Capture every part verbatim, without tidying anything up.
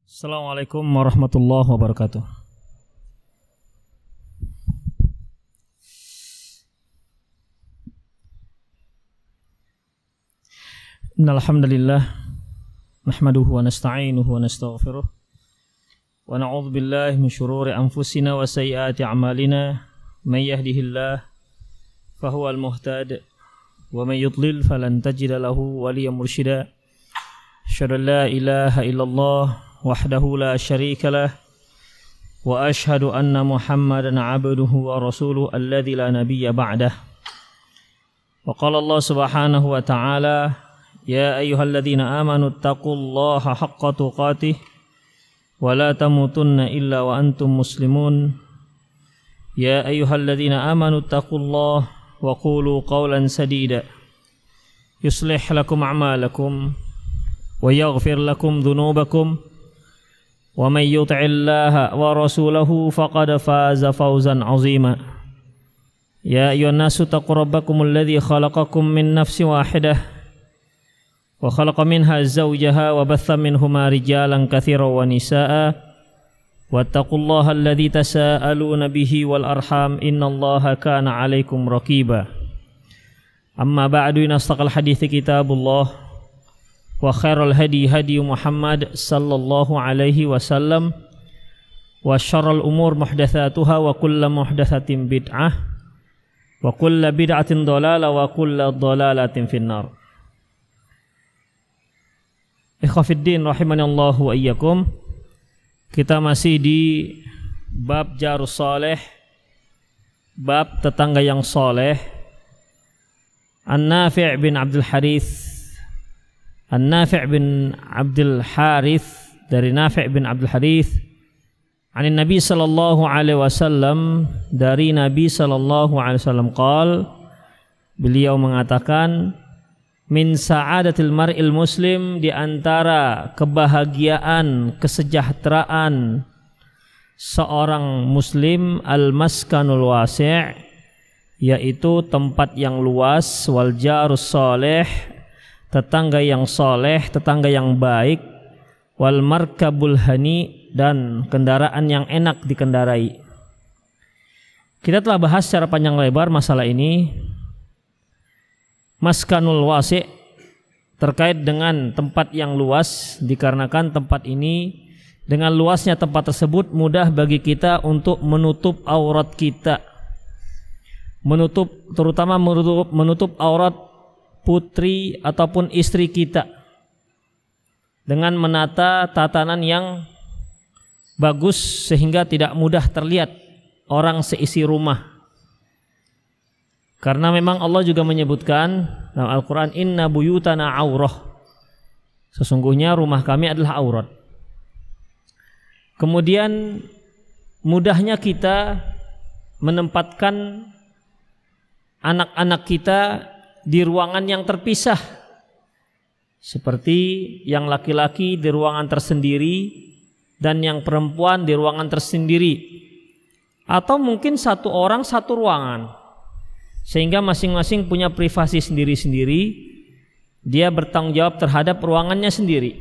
Assalamualaikum warahmatullahi wabarakatuh. Innal hamdalillah nahmaduhu wa nasta'inuhu wa nastaghfiruh wa na'udzu billahi min shururi anfusina wa sayyiati a'malina may yahdihillahu fahuwal muhtad wa may yudlil falan tajida lahu waliyyan mursyida. Asyhadu an la ilaha illallah wahdahu la syarika lah wa asyhadu anna Muhammadan 'abduhu wa rasuluhu alladzi la nabiyya ba'dah. Wa qala Allah subhanahu wa ta'ala, ya ayyuhalladzina amanu taqullaha haqqa tuqatih wa la tamutunna illa wa antum muslimun. Ya ayyuhalladzina amanu taqullaha wa qulu qawlan sadida yuslih lakum a'malakum wa yaghfir lakum dhunubakum wa may yuti'illaha wa rasulahu faqad faza fawzan 'azima. Ya ayyuhan nasu taqu rabbakumul ladzi khalaqakum min nafsin wahidah wa khalaqa minha zawjaha wa batha minhuma rijalan katsiran wa nisaa'a wattaqullaha alladzi tasaaluna bihi wal arham innallaha kana 'alaikum raqiba. Amma ba'du, inastaqal hadithi kitabullah wa khairal hadi hadi Muhammad sallallahu alaihi wasallam wa syarrul umur muhdatsatuha wa kullu muhdatsatin bid'ah wa kullu bid'atin dhalalah wa kullu dhalalatin finnar. Ikhwafiddin rahimanallahu wa iyyakum. Kita masih di bab jarus saleh, bab tetangga yang soleh. An-Nafi' bin Abdul Harits An-Nafi' bin Abdul Harits dari Nafi' bin Abdul Harits dari Nabi sallallahu alaihi wasallam, dari Nabi sallallahu alaihi wasallam qol, beliau mengatakan, min sa'adatil mar'il muslim, di antara kebahagiaan, kesejahteraan seorang muslim, al-maskanul wasi', yaitu tempat yang luas, wal jarus soleh, tetangga yang soleh, tetangga yang baik, wal markabul hani, dan kendaraan yang enak dikendarai. Kita telah bahas secara panjang lebar masalah ini. Maskanul wasi' terkait dengan tempat yang luas, dikarenakan tempat ini, dengan luasnya tempat tersebut, mudah bagi kita untuk menutup aurat kita, menutup terutama menutup, menutup aurat putri ataupun istri kita dengan menata tatanan yang bagus sehingga tidak mudah terlihat orang seisi rumah. Karena memang Allah juga menyebutkan dalam Al-Quran, inna buyutana aurah, sesungguhnya rumah kami adalah aurat. Kemudian mudahnya kita menempatkan anak-anak kita di ruangan yang terpisah, seperti yang laki-laki di ruangan tersendiri dan yang perempuan di ruangan tersendiri, atau mungkin satu orang satu ruangan, sehingga masing-masing punya privasi sendiri-sendiri, dia bertanggung jawab terhadap ruangannya sendiri.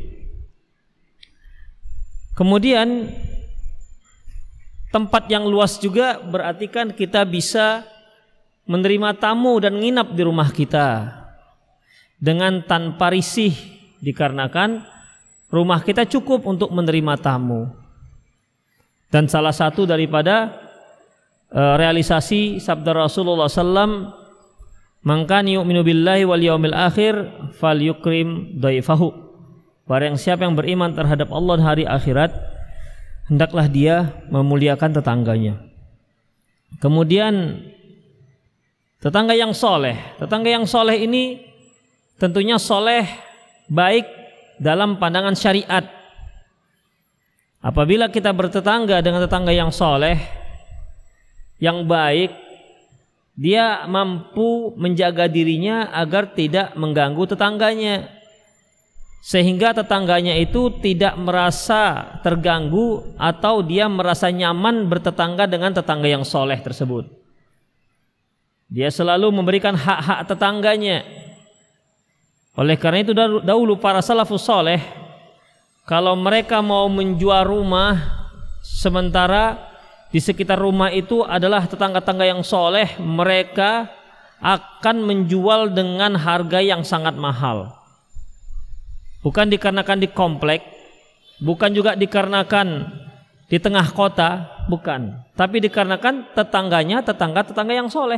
Kemudian tempat yang luas juga berarti kan kita bisa menerima tamu dan nginap di rumah kita dengan tanpa risih, dikarenakan rumah kita cukup untuk menerima tamu. Dan salah satu daripada uh, realisasi sabda Rasulullah sallallahu alaihi wasallam, man kana yu'minu billahi wal yaumil akhir falyukrim dhaifahu, barang siapa yang beriman terhadap Allah dan hari akhirat, hendaklah dia memuliakan tetangganya. Kemudian tetangga yang soleh, tetangga yang soleh ini tentunya soleh baik dalam pandangan syariat. Apabila kita bertetangga dengan tetangga yang soleh, yang baik, dia mampu menjaga dirinya agar tidak mengganggu tetangganya, sehingga tetangganya itu tidak merasa terganggu atau dia merasa nyaman bertetangga dengan tetangga yang soleh tersebut. Dia selalu memberikan hak-hak tetangganya. Oleh karena itu dahulu para salafus soleh kalau mereka mau menjual rumah sementara di sekitar rumah itu adalah tetangga-tetangga yang soleh, mereka akan menjual dengan harga yang sangat mahal. Bukan dikarenakan di komplek, bukan juga dikarenakan di tengah kota, bukan, tapi dikarenakan tetangganya tetangga-tetangga yang soleh.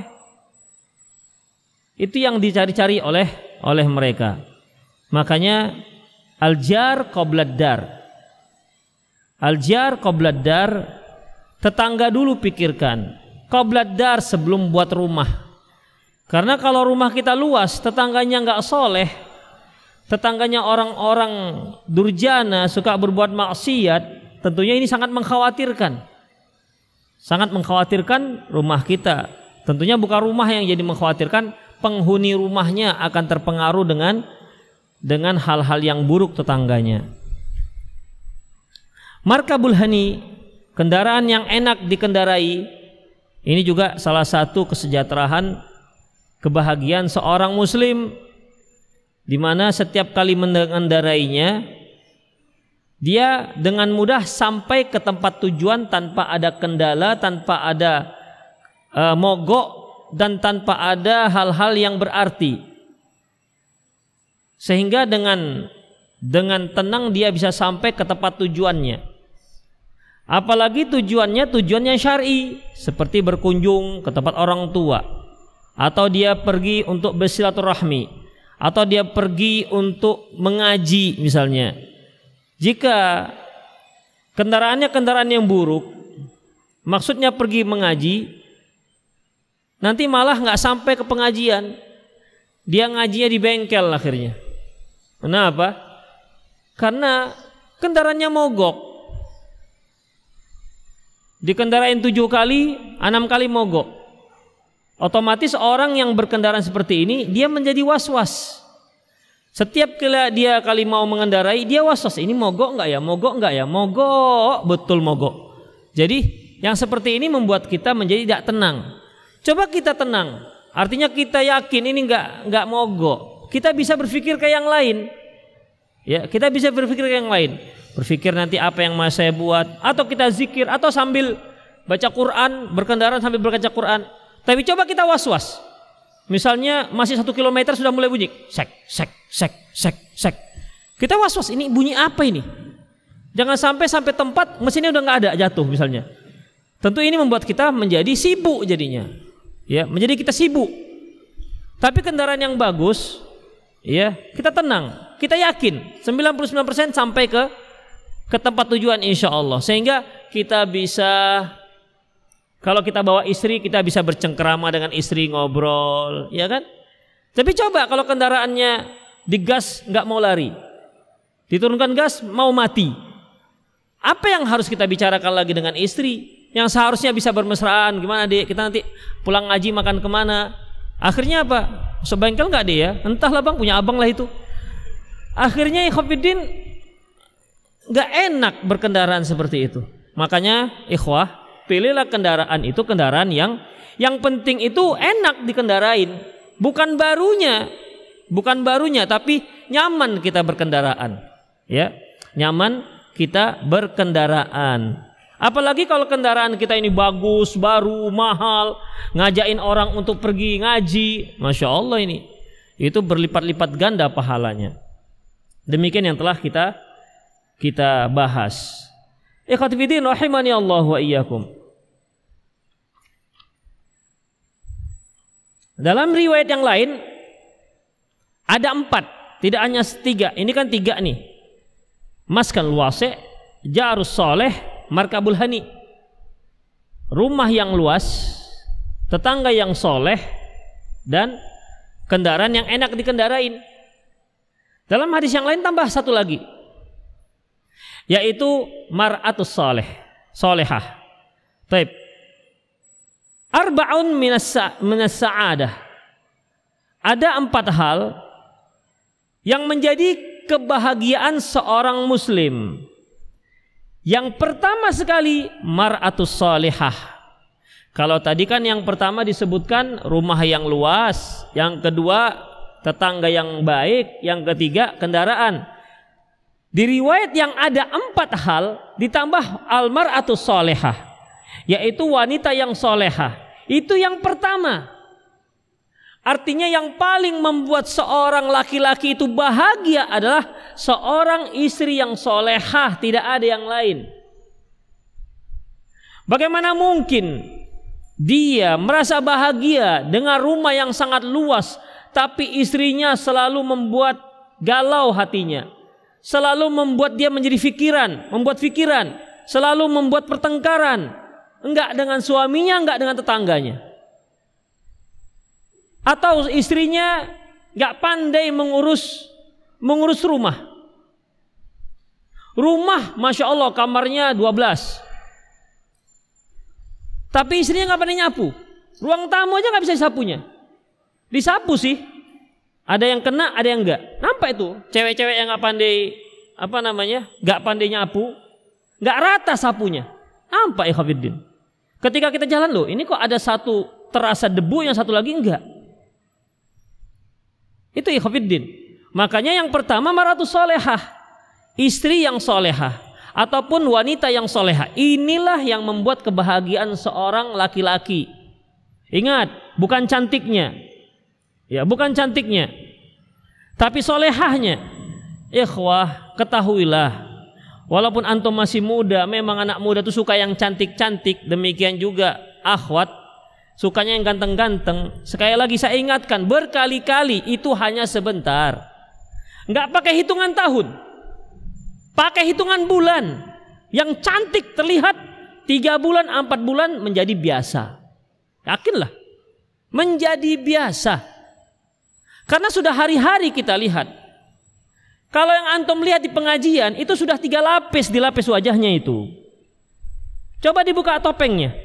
Itu yang dicari-cari oleh oleh mereka. Makanya al-jar qoblad dar. Al-jar qoblad dar, tetangga dulu pikirkan. Qoblad dar sebelum buat rumah. Karena kalau rumah kita luas, tetangganya nggak soleh, tetangganya orang-orang durjana, suka berbuat maksiat, tentunya ini sangat mengkhawatirkan. Sangat mengkhawatirkan rumah kita. Tentunya bukan rumah yang jadi mengkhawatirkan, penghuni rumahnya akan terpengaruh dengan dengan hal-hal yang buruk tetangganya. Markabul hani, kendaraan yang enak dikendarai, ini juga salah satu kesejahteraan, kebahagiaan seorang muslim, di mana setiap kali mengendarainya dia dengan mudah sampai ke tempat tujuan tanpa ada kendala, tanpa ada uh, mogok, dan tanpa ada hal-hal yang berarti, sehingga dengan dengan tenang dia bisa sampai ke tempat tujuannya. Apalagi tujuannya tujuannya syar'i, seperti berkunjung ke tempat orang tua, atau dia pergi untuk bersilaturahmi, atau dia pergi untuk mengaji misalnya. Jika kendaraannya kendaraan yang buruk, maksudnya pergi mengaji, nanti malah nggak sampai ke pengajian, dia ngajinya di bengkel akhirnya. Kenapa? Karena kendaraannya mogok. Dikendarain tujuh kali, enam kali mogok. Otomatis orang yang berkendaraan seperti ini, dia menjadi was-was. Setiap kali dia kali mau mengendarai, dia was-was, ini mogok nggak ya, mogok nggak ya, mogok, betul mogok. Jadi yang seperti ini membuat kita menjadi tidak tenang. Coba kita tenang, artinya kita yakin ini nggak nggak mogok. Kita bisa berpikir ke yang lain, ya kita bisa berpikir ke yang lain. Berpikir nanti apa yang mau saya buat, atau kita zikir, atau sambil baca Quran, berkendaraan sambil berbaca Quran. Tapi coba kita was-was. Misalnya masih satu kilometer sudah mulai bunyi, sek, sek, sek, sek, sek. Kita was-was, ini bunyi apa ini? Jangan sampai sampai tempat mesinnya udah nggak ada, jatuh misalnya. Tentu ini membuat kita menjadi sibuk jadinya, ya, menjadi kita sibuk. Tapi kendaraan yang bagus, ya, kita tenang, kita yakin sembilan puluh sembilan persen sampai ke ke tempat tujuan insya Allah, sehingga kita bisa, kalau kita bawa istri, kita bisa bercengkerama dengan istri, ngobrol, ya kan? Tapi coba kalau kendaraannya digas nggak mau lari, diturunkan gas mau mati, apa yang harus kita bicarakan lagi dengan istri? Yang seharusnya bisa bermesraan, gimana dek? Kita nanti pulang ngaji makan kemana? Akhirnya apa? Sebengkel nggak deh ya? Entahlah bang, punya abang lah itu. Akhirnya ikhwatiddin nggak enak berkendaraan seperti itu. Makanya ikhwah, pilihlah kendaraan itu kendaraan yang yang penting itu enak dikendarain, bukan barunya, bukan barunya, tapi nyaman kita berkendaraan, ya, nyaman kita berkendaraan. Apalagi kalau kendaraan kita ini bagus, baru, mahal, ngajain orang untuk pergi ngaji, masya Allah ini, itu berlipat-lipat ganda pahalanya. Demikian yang telah kita kita bahas. Ikhwati fiddin rahimani Allah wa iyyakum. Dalam riwayat yang lain ada empat, tidak hanya tiga. Ini kan tiga nih. Maskan wasi', jarus soleh, markabul hani. Rumah yang luas, tetangga yang soleh, dan kendaraan yang enak dikendarain. Dalam hadis yang lain tambah satu lagi, yaitu mar'atus soleh, solehah. Taib. Arba'un minas sa'adah. Ada empat hal yang menjadi kebahagiaan seorang muslim. Yang pertama sekali, mar'atus solehah. Kalau tadi kan yang pertama disebutkan rumah yang luas, yang kedua tetangga yang baik, yang ketiga kendaraan. Di riwayat yang ada empat hal ditambah almar'atus solehah, yaitu wanita yang solehah. Itu yang pertama. Artinya yang paling membuat seorang laki-laki itu bahagia adalah seorang istri yang solehah, tidak ada yang lain. Bagaimana mungkin dia merasa bahagia dengan rumah yang sangat luas, tapi istrinya selalu membuat galau hatinya, selalu membuat dia menjadi pikiran, membuat pikiran, selalu membuat pertengkaran, enggak dengan suaminya, enggak dengan tetangganya. Atau istrinya enggak pandai mengurus mengurus rumah. Rumah, Masya Allah, kamarnya dua belas. Tapi istrinya enggak pandai nyapu. Ruang tamu aja enggak bisa disapunya. Disapu sih. Ada yang kena, ada yang enggak. Nampak itu cewek-cewek yang enggak pandai, apa namanya, enggak pandai nyapu, enggak rata sapunya. Nampak, ikhwatiddin. Ketika kita jalan, loh, ini kok ada satu terasa debu, yang satu lagi enggak. Itu ikhwatiddin. Makanya yang pertama mar'atus solehah, istri yang solehah ataupun wanita yang solehah. Inilah yang membuat kebahagiaan seorang laki-laki. Ingat, bukan cantiknya, ya, bukan cantiknya, tapi solehahnya. Ikhwah, ketahuilah, walaupun antum masih muda, memang anak muda itu suka yang cantik-cantik. Demikian juga akhwat, sukanya yang ganteng-ganteng. Sekali lagi saya ingatkan berkali-kali, itu hanya sebentar. Enggak pakai hitungan tahun, pakai hitungan bulan. Yang cantik terlihat tiga bulan, empat bulan menjadi biasa. Yakinlah, menjadi biasa. Karena sudah hari-hari kita lihat. Kalau yang antum lihat di pengajian, itu sudah tiga lapis dilapis wajahnya itu. Coba dibuka topengnya.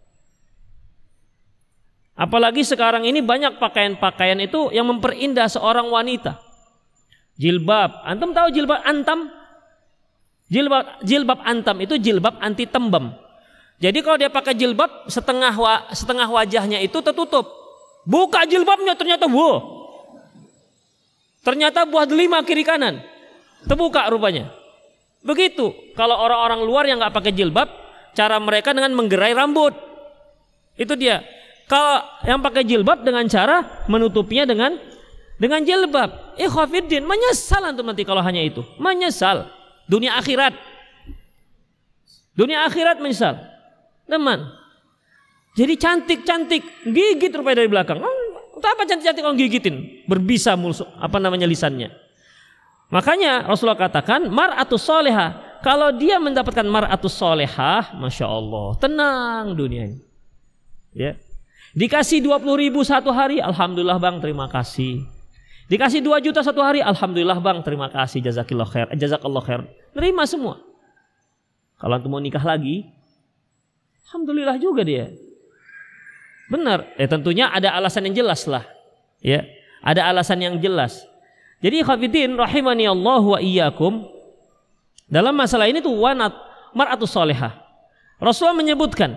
Apalagi sekarang ini banyak pakaian-pakaian itu yang memperindah seorang wanita. Jilbab, antum tahu jilbab antam? Jilbab jilbab antam itu jilbab anti tembem. Jadi kalau dia pakai jilbab, setengah wa, setengah wajahnya itu tertutup. Buka jilbabnya, ternyata wow, ternyata buah delima kiri kanan terbuka rupanya. Begitu kalau orang-orang luar yang nggak pakai jilbab, cara mereka dengan menggerai rambut. Itu dia. Kalau yang pakai jilbab dengan cara menutupnya dengan dengan jilbab. Ikhwatiddin, menyesal antum nanti kalau hanya itu. Menyesal. Dunia akhirat. Dunia akhirat menyesal. Teman. Jadi cantik-cantik, gigit rupanya dari belakang. Untuk apa cantik-cantik kalau gigitin? Berbisa musuh, apa namanya, lisannya. Makanya Rasulullah katakan mar'atus solehah. Kalau dia mendapatkan mar'atus solehah, Masya Allah, tenang dunianya. Ya. Dikasih dua puluh ribu satu hari, alhamdulillah bang, terima kasih. Dikasih dua juta satu hari, alhamdulillah bang, terima kasih, jazakillah khair, jazakallah khair. Terima semua. Kalau antum mau nikah lagi, alhamdulillah juga dia. Benar, eh tentunya ada alasan yang jelas lah. Ya, ada alasan yang jelas. Jadi khafidin rahimani Allah wa iyyakum, dalam masalah ini tuh wanat mar'atus solehah. Rasulullah menyebutkan,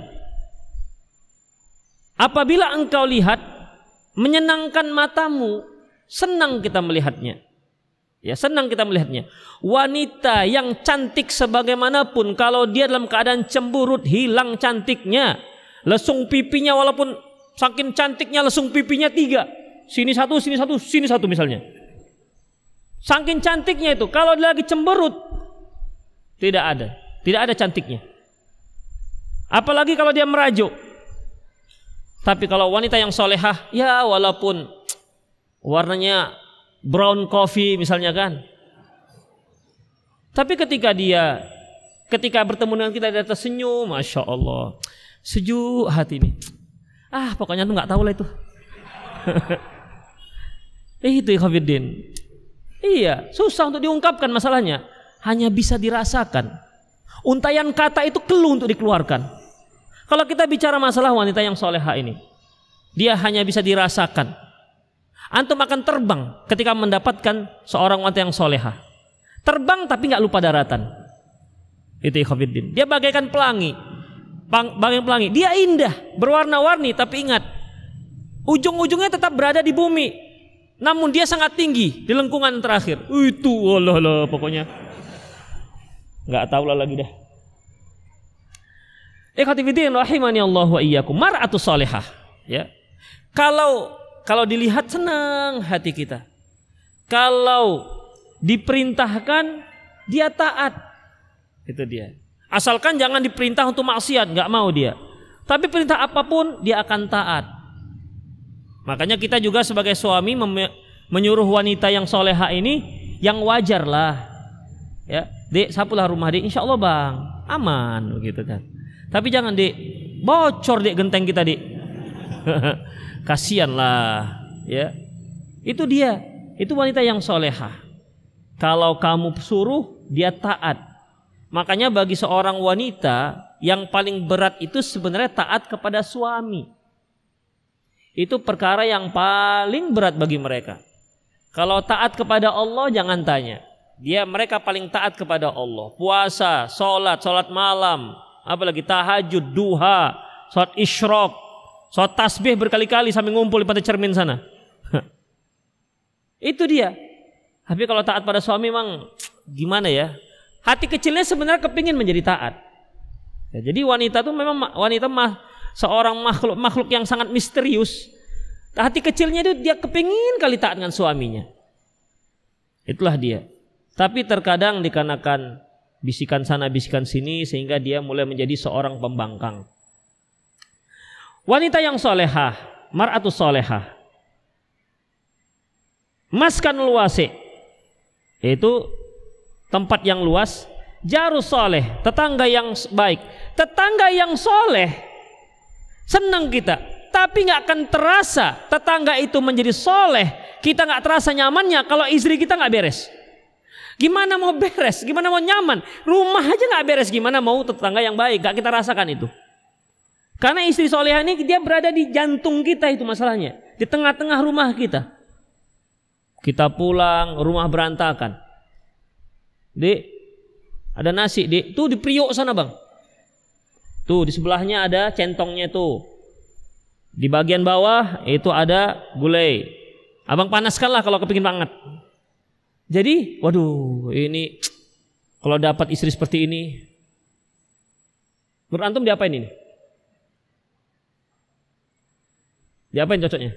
apabila engkau lihat menyenangkan matamu, senang kita melihatnya. Ya, senang kita melihatnya. Wanita yang cantik sebagaimanapun, kalau dia dalam keadaan cemburut, hilang cantiknya. Lesung pipinya, walaupun saking cantiknya lesung pipinya tiga, sini satu, sini satu, sini satu misalnya. Saking cantiknya itu, kalau dia lagi cemberut, tidak ada, tidak ada cantiknya. Apalagi kalau dia merajuk. Tapi kalau wanita yang solehah, ya walaupun warnanya brown coffee misalnya kan, tapi ketika dia ketika bertemu dengan kita, dia tersenyum, Masya Allah, sejuk hati ini. Ah pokoknya tuh nggak tahu lah itu. Eh itu ikhwatiddin. Iya, susah untuk diungkapkan masalahnya, hanya bisa dirasakan. Untayan kata itu keluh untuk dikeluarkan. Kalau kita bicara masalah wanita yang soleha ini, dia hanya bisa dirasakan. Antum akan terbang ketika mendapatkan seorang wanita yang soleha. Terbang tapi nggak lupa daratan. Itu ikhwatiddin. Dia bagaikan pelangi, bagaikan pelangi. Dia indah, berwarna-warni, tapi ingat, ujung-ujungnya tetap berada di bumi. Namun dia sangat tinggi di lengkungan terakhir. Itu Allah lah pokoknya. Enggak tahu lah lagi dah. Ikhwati fillah rahimani Allah wa iyyakum, mar'atus salihah, ya. Kalau kalau dilihat senang hati kita. Kalau diperintahkan dia taat. Itu dia. Asalkan jangan diperintah untuk maksiat, enggak mau dia. Tapi perintah apapun dia akan taat. Makanya kita juga sebagai suami menyuruh wanita yang soleha ini yang wajar lah, ya. Dek, sapulah rumah dek, insya Allah bang, aman, begitu kan. Tapi jangan dek, bocor dek genteng kita dek, kasihan lah, ya. Itu dia, itu wanita yang soleha. Kalau kamu suruh dia taat. Makanya bagi seorang wanita yang paling berat itu sebenarnya taat kepada suami. Itu perkara yang paling berat bagi mereka. Kalau taat kepada Allah jangan tanya. Dia mereka paling taat kepada Allah. Puasa, sholat, sholat malam, apalagi tahajud, duha, sholat isyraq, sholat tasbih berkali-kali sampai ngumpul pada cermin sana. Itu dia. Tapi kalau taat pada suami memang gimana ya? Hati kecilnya sebenarnya kepingin menjadi taat. Ya, jadi wanita itu memang wanita mah seorang makhluk makhluk yang sangat misterius. Hati kecilnya itu dia kepingin kali taat dengan suaminya. Itulah dia. Tapi terkadang dikarenakan bisikan sana bisikan sini sehingga dia mulai menjadi seorang pembangkang. Wanita yang solehah, mar'atus solehah, maskanul wasi', yaitu tempat yang luas, jarus soleh, tetangga yang baik, tetangga yang soleh. Senang kita, tapi nggak akan terasa tetangga itu menjadi soleh. Kita nggak terasa nyamannya kalau istri kita nggak beres. Gimana mau beres? Gimana mau nyaman? Rumah aja nggak beres, gimana mau tetangga yang baik? Nggak kita rasakan itu. Karena istri solehah ini dia berada di jantung kita, itu masalahnya, di tengah-tengah rumah kita. Kita pulang, rumah berantakan. Dek, ada nasi, dek. Tuh di priok sana bang. Tuh di sebelahnya ada centongnya tuh. Di bagian bawah itu ada gulai. Abang panaskanlah kalau kepingin banget. Jadi, waduh, ini kalau dapat istri seperti ini, menurut antum diapain ini? Diapain cocoknya?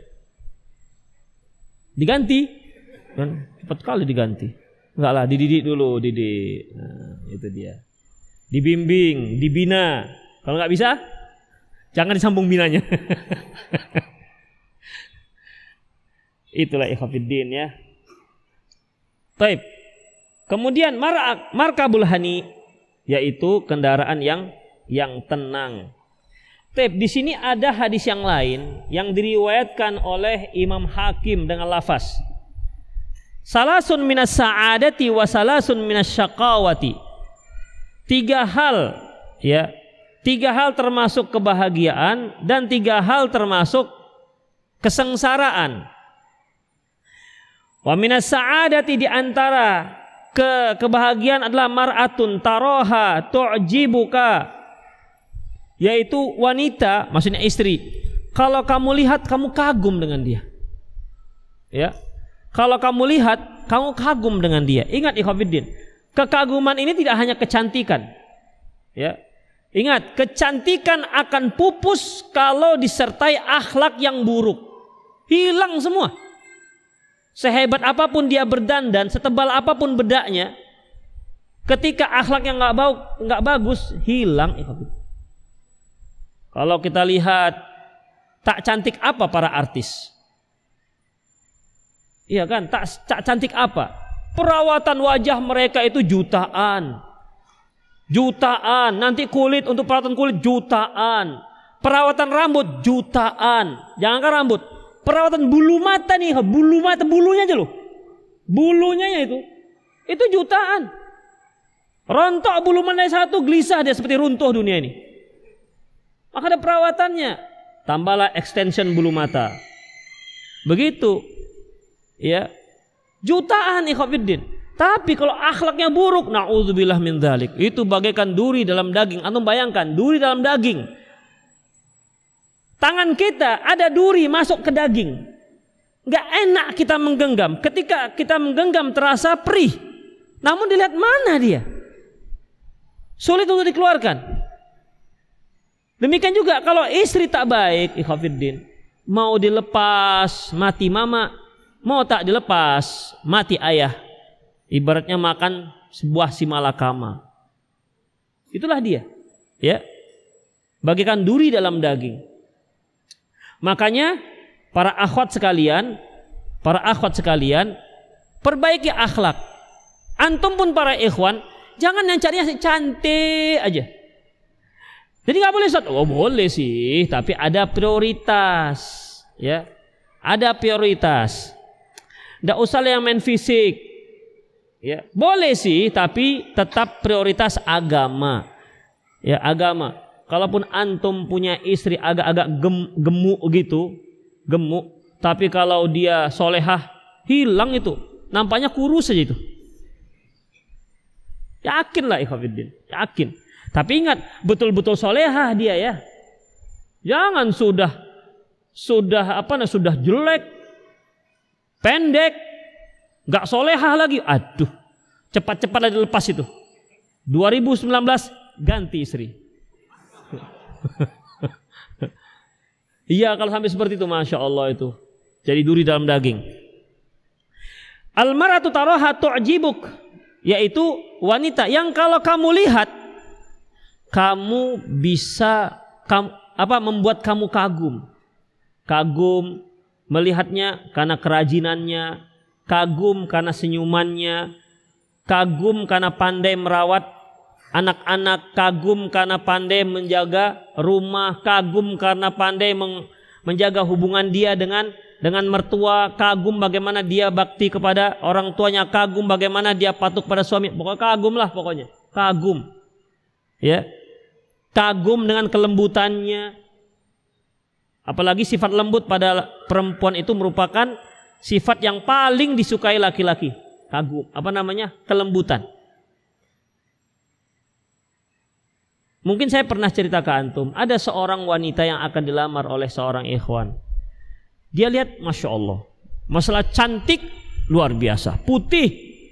Diganti, kan? Cepat kali diganti. Enggak lah, dididik dulu, didik. Nah, itu dia. Dibimbing, dibina. Kalau nggak bisa, jangan disambung binanya. Itulah ikhwafiddin ya. Taib. Kemudian mar'ak, markabul hani, yaitu kendaraan yang yang tenang. Taib. Di sini ada hadis yang lain yang diriwayatkan oleh Imam Hakim dengan lafaz salasun minas sa'adati wa salasun minas syaqawati. Tiga hal, ya, tiga hal termasuk kebahagiaan dan tiga hal termasuk kesengsaraan. Wa minas sa'adati, di antara ke kebahagiaan adalah mar'atun taroha tu'jibuka, yaitu wanita, maksudnya istri. Kalau kamu lihat kamu kagum dengan dia. Ya. Kalau kamu lihat, kamu kagum dengan dia. Ingat ikhwatiddin, kekaguman ini tidak hanya kecantikan. Ya. Ingat, kecantikan akan pupus kalau disertai akhlak yang buruk. Hilang semua. Sehebat apapun dia berdandan, setebal apapun bedaknya, ketika akhlak yang nggak bau, nggak bagus, hilang. Kalau kita lihat, tak cantik apa para artis? Iya kan, tak, tak cantik apa? Perawatan wajah mereka itu jutaan. Jutaan. Nanti kulit, untuk perawatan kulit jutaan. Perawatan rambut jutaan. Jangankan rambut, perawatan bulu mata nih, bulu mata, bulunya aja loh. Bulunya ya itu. Itu jutaan. Rontok bulu mana satu, gelisah dia seperti runtuh dunia ini. Maka ada perawatannya. Tambahlah extension bulu mata. Begitu. Ya, jutaan ikhwatiddin. Tapi kalau akhlaknya buruk, naudzubillah min dzalik, itu bagaikan duri dalam daging. Antum bayangkan, duri dalam daging. Tangan kita ada duri masuk ke daging. Enggak enak kita menggenggam. Ketika kita menggenggam terasa perih. Namun dilihat mana dia? sulit untuk dikeluarkan. Demikian juga kalau istri tak baik, ikhwatiddin, mau dilepas mati mama, mau tak dilepas mati ayah. Ibaratnya makan sebuah si malakama. Itulah dia, ya. Bagikan duri dalam daging. Makanya para akhwat sekalian, para akhwat sekalian, perbaiki akhlak. Antum pun para ikhwan, jangan yang carinya cantik aja. Jadi nggak boleh Ustaz. Oh boleh sih, tapi ada prioritas, ya. Ada prioritas. Nggak usah yang main fisik, ya. Boleh sih, tapi tetap prioritas agama, ya agama. Kalaupun antum punya istri agak-agak gem, gemuk gitu, gemuk, tapi kalau dia solehah, hilang itu, nampaknya kurus saja itu. Yakinlah ikhwatiddin, yakin. Tapi ingat, betul-betul solehah dia ya. Jangan sudah sudah apa nah sudah jelek, pendek, nggak solehah lagi. Aduh, cepat-cepatlah dilepas itu. dua ribu sembilan belas ganti istri. Iya kalau sampai seperti itu, masya Allah itu jadi duri dalam daging. Al-mar'atu taraha tu'jibuk, yaitu wanita yang kalau kamu lihat kamu bisa kamu, apa membuat kamu kagum. Kagum melihatnya karena kerajinannya, kagum karena senyumannya, kagum karena pandai merawat anak-anak, kagum karena pandai menjaga rumah, kagum karena pandai meng, menjaga hubungan dia dengan dengan mertua, kagum bagaimana dia bakti kepada orang tuanya, kagum bagaimana dia patuh pada suami. Pokoknya kagum lah pokoknya, kagum. Ya. Kagum dengan kelembutannya. Apalagi sifat lembut pada perempuan itu merupakan sifat yang paling disukai laki-laki. Kagum, apa namanya? Kelembutan. Mungkin saya pernah cerita ke antum, ada seorang wanita yang akan dilamar oleh seorang ikhwan. Dia lihat, masya Allah, masalah cantik luar biasa, putih,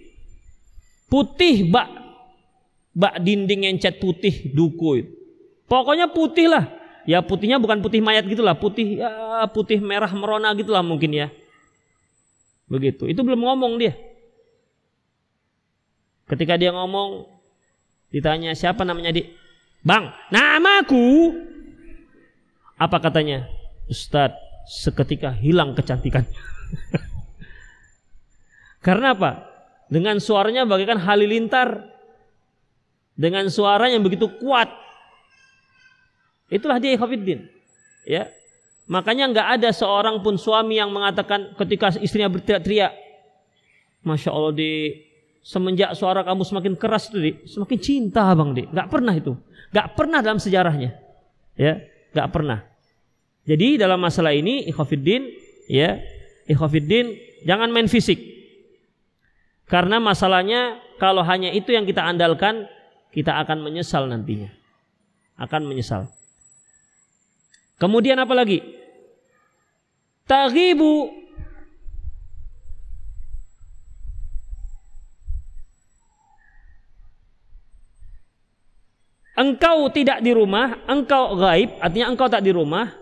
putih bak, bak dinding yang cat putih duku itu. Pokoknya putih lah, ya putihnya bukan putih mayat gitulah, putih ya, putih merah merona gitulah mungkin ya. Begitu, itu belum ngomong dia. Ketika dia ngomong, ditanya siapa namanya dik? Bang, namaku. Apa katanya? Ustadz, seketika hilang kecantikan. Karena apa? Dengan suaranya bagaikan halilintar, dengan suara yang begitu kuat. Itulah dia ikhwatiddin. Ya. Makanya nggak ada seorang pun suami yang mengatakan ketika istrinya berteriak-teriak, masya Allah di semenjak suara kamu semakin keras itu, Dik, semakin cinta Bang Dik. Nggak pernah itu. Nggak pernah dalam sejarahnya. Ya, nggak pernah. Jadi dalam masalah ini ikhwatiddin, ya, ikhwatiddin jangan main fisik. Karena masalahnya kalau hanya itu yang kita andalkan, kita akan menyesal nantinya. Akan menyesal. Kemudian apa lagi? Taghibu, engkau tidak di rumah, engkau gaib, artinya engkau tak di rumah,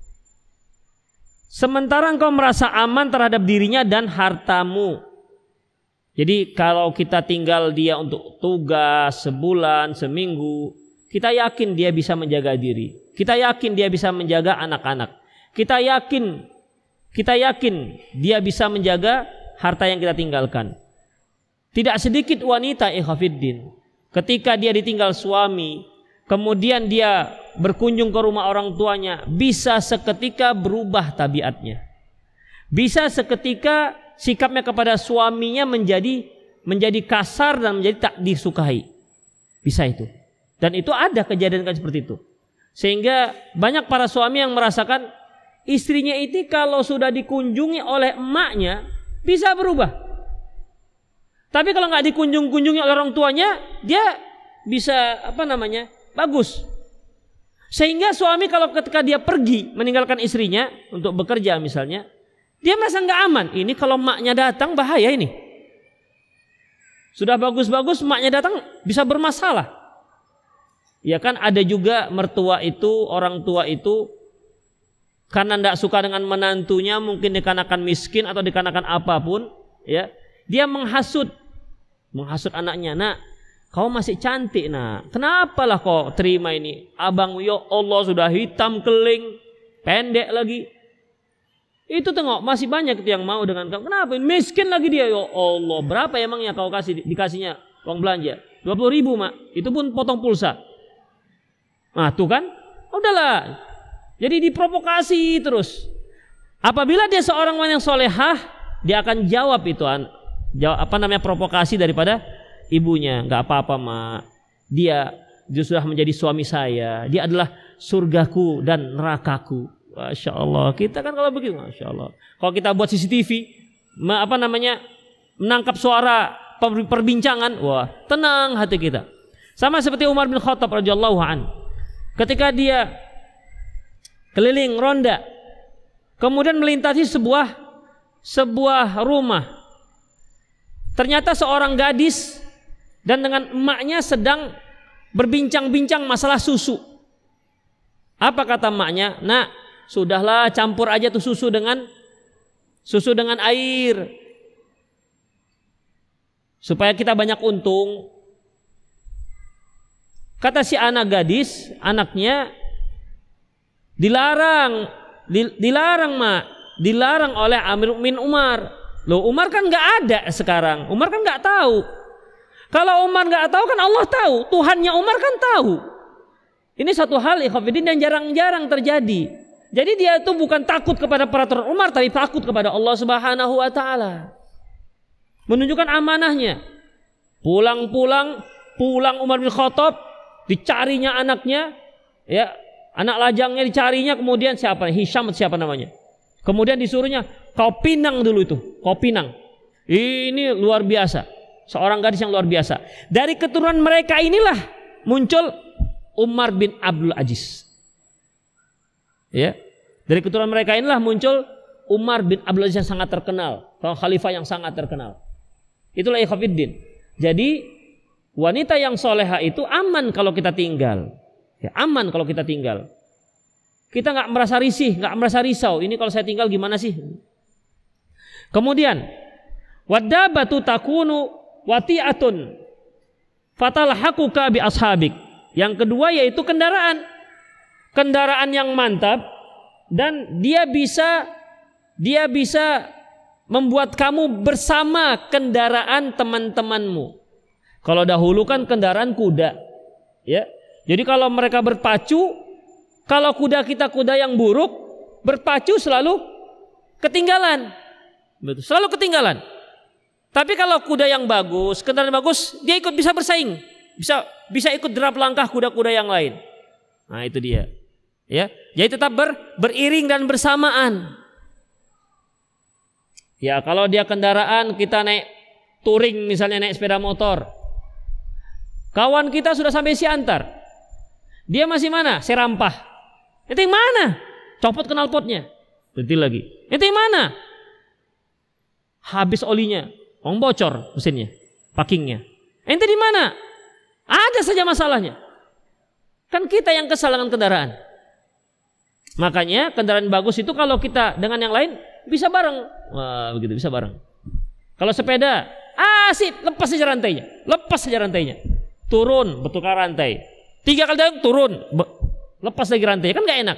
sementara engkau merasa aman terhadap dirinya dan hartamu. Jadi kalau kita tinggal dia untuk tugas sebulan, seminggu, kita yakin dia bisa menjaga diri. Kita yakin dia bisa menjaga anak-anak. Kita yakin, kita yakin dia bisa menjaga harta yang kita tinggalkan. Tidak sedikit wanita ikhwatiddin, ketika dia ditinggal suami, kemudian dia berkunjung ke rumah orang tuanya, bisa seketika berubah tabiatnya. Bisa seketika sikapnya kepada suaminya menjadi menjadi kasar dan menjadi tak disukai. Bisa itu. Dan itu ada kejadian seperti itu. Sehingga banyak para suami yang merasakan istrinya itu kalau sudah dikunjungi oleh emaknya bisa berubah. Tapi kalau nggak dikunjung-kunjungi oleh orang tuanya, dia bisa apa namanya? Bagus. Sehingga suami kalau ketika dia pergi meninggalkan istrinya untuk bekerja misalnya, dia merasa nggak aman. Ini kalau emaknya datang bahaya ini. Sudah bagus-bagus emaknya datang bisa bermasalah. Ya kan ada juga mertua itu, orang tua itu karena tidak suka dengan menantunya, mungkin dikarenakan miskin atau dikarenakan apapun, ya, dia menghasut, menghasut anaknya. Nak, kau masih cantik, nak. Kenapalah kau terima ini? Abang, ya Allah, sudah hitam keling, pendek lagi. Itu tengok, masih banyak itu yang mau dengan kamu. Kenapa? Miskin lagi dia, ya Allah. Berapa emangnya kau kasih dikasihnya uang belanja? dua puluh ribu, mak. Itu pun potong pulsa. Nah, tuh kan? Udahlah. Jadi diprovokasi terus. Apabila dia seorang wanita yang solehah, dia akan jawab itu, jawab apa namanya provokasi daripada ibunya. Nggak apa-apa, mak. Dia, dia sudah menjadi suami saya. Dia adalah surgaku dan nerakaku. Masya Allah. Kita kan kalau begitu, masya Allah. Kalau kita buat C C T V, apa namanya, menangkap suara perbincangan, wah, tenang hati kita. Sama seperti Umar bin Khattab radhiyallahu an. Ketika dia keliling ronda, kemudian melintasi sebuah sebuah rumah. Ternyata seorang gadis dan dengan emaknya sedang berbincang-bincang masalah susu. Apa kata emaknya? Nak, sudahlah, campur aja tuh susu dengan susu dengan air supaya kita banyak untung. Kata si anak gadis, anaknya, dilarang, dilarang mak, dilarang oleh Amir bin Umar. Loh, Umar kan nggak ada sekarang, Umar kan nggak tahu. Kalau Umar nggak tahu kan Allah tahu, Tuhannya Umar kan tahu. Ini satu hal ikhwatiddin yang jarang-jarang terjadi. Jadi dia itu bukan takut kepada peraturan Umar, tapi takut kepada Allah Subhanahu Wa Taala. Menunjukkan amanahnya. Pulang-pulang, pulang Umar bin Khattab, dicarinya anaknya, ya, anak lajangnya dicarinya, kemudian siapa? Hisham siapa namanya? Kemudian disuruhnya, kau pinang dulu itu, kau pinang. Ini luar biasa, seorang gadis yang luar biasa. Dari keturunan mereka inilah muncul Umar bin Abdul Aziz. Ya, dari keturunan mereka inilah muncul Umar bin Abdul Aziz yang sangat terkenal, khalifah yang sangat terkenal. Itulah ikhwatiddin. Jadi wanita yang soleha itu aman kalau kita tinggal, ya, aman kalau kita tinggal. Kita nggak merasa risih, nggak merasa risau. Ini kalau saya tinggal gimana sih? Kemudian, wadabatu takunu wati'atun fatalhaquka bi ashabik. Yang kedua yaitu kendaraan, kendaraan yang mantap dan dia bisa dia bisa membuat kamu bersama kendaraan teman-temanmu. Kalau dahulu kan kendaraan kuda, ya. Jadi kalau mereka berpacu, kalau kuda kita kuda yang buruk, berpacu selalu ketinggalan. Betul, selalu ketinggalan. Tapi kalau kuda yang bagus, kendaraan bagus, dia ikut bisa bersaing, bisa bisa ikut derap langkah kuda-kuda yang lain. Nah, itu dia. Ya, jadi tetap ber, beriring dan bersamaan. Ya, kalau dia kendaraan, kita naik touring misalnya, naik sepeda motor. Kawan kita sudah sampai Siantar, dia masih mana? Serampah. Itu yang mana? Copot knalpotnya, berhenti lagi. Itu yang mana? Habis olinya, oh, bocor mesinnya, packingnya. Ente di mana? Ada saja masalahnya. Kan kita yang kesal dengan kendaraan. Makanya kendaraan bagus itu kalau kita dengan yang lain bisa bareng. Wah, begitu, bisa bareng. Kalau sepeda, ah sip, lepas saja rantainya, lepas saja rantainya. Turun, bertukar rantai. Tiga kali dalam turun, lepas lagi rantai, kan nggak enak.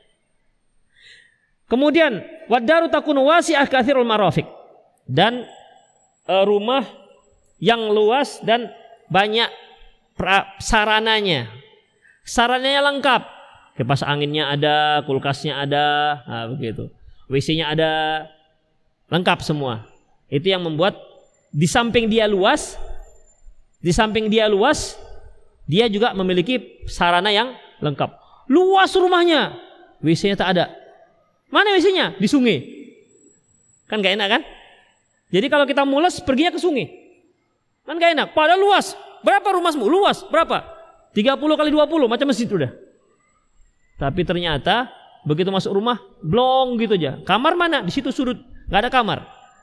Kemudian wadaru takunu wasi'ah katsirul marafiq, dan e, rumah yang luas dan banyak pra, sarananya. Sarananya lengkap. Kipas anginnya ada, kulkasnya ada, nah, begitu. W C-nya ada, lengkap semua. Itu yang membuat di samping dia luas, di samping dia luas, dia juga memiliki sarana yang lengkap. Luas rumahnya, W C-nya tak ada. Mana W C-nya? Di sungai. Kan gak enak kan? Jadi kalau kita mules perginya ke sungai. Kan gak enak. Padahal luas. Berapa rumahmu? Luas. Berapa? tiga puluh kali dua puluh, macam masjid udah. Tapi ternyata begitu masuk rumah, blong gitu aja. Kamar mana? Di situ sudut, nggak ada kamar.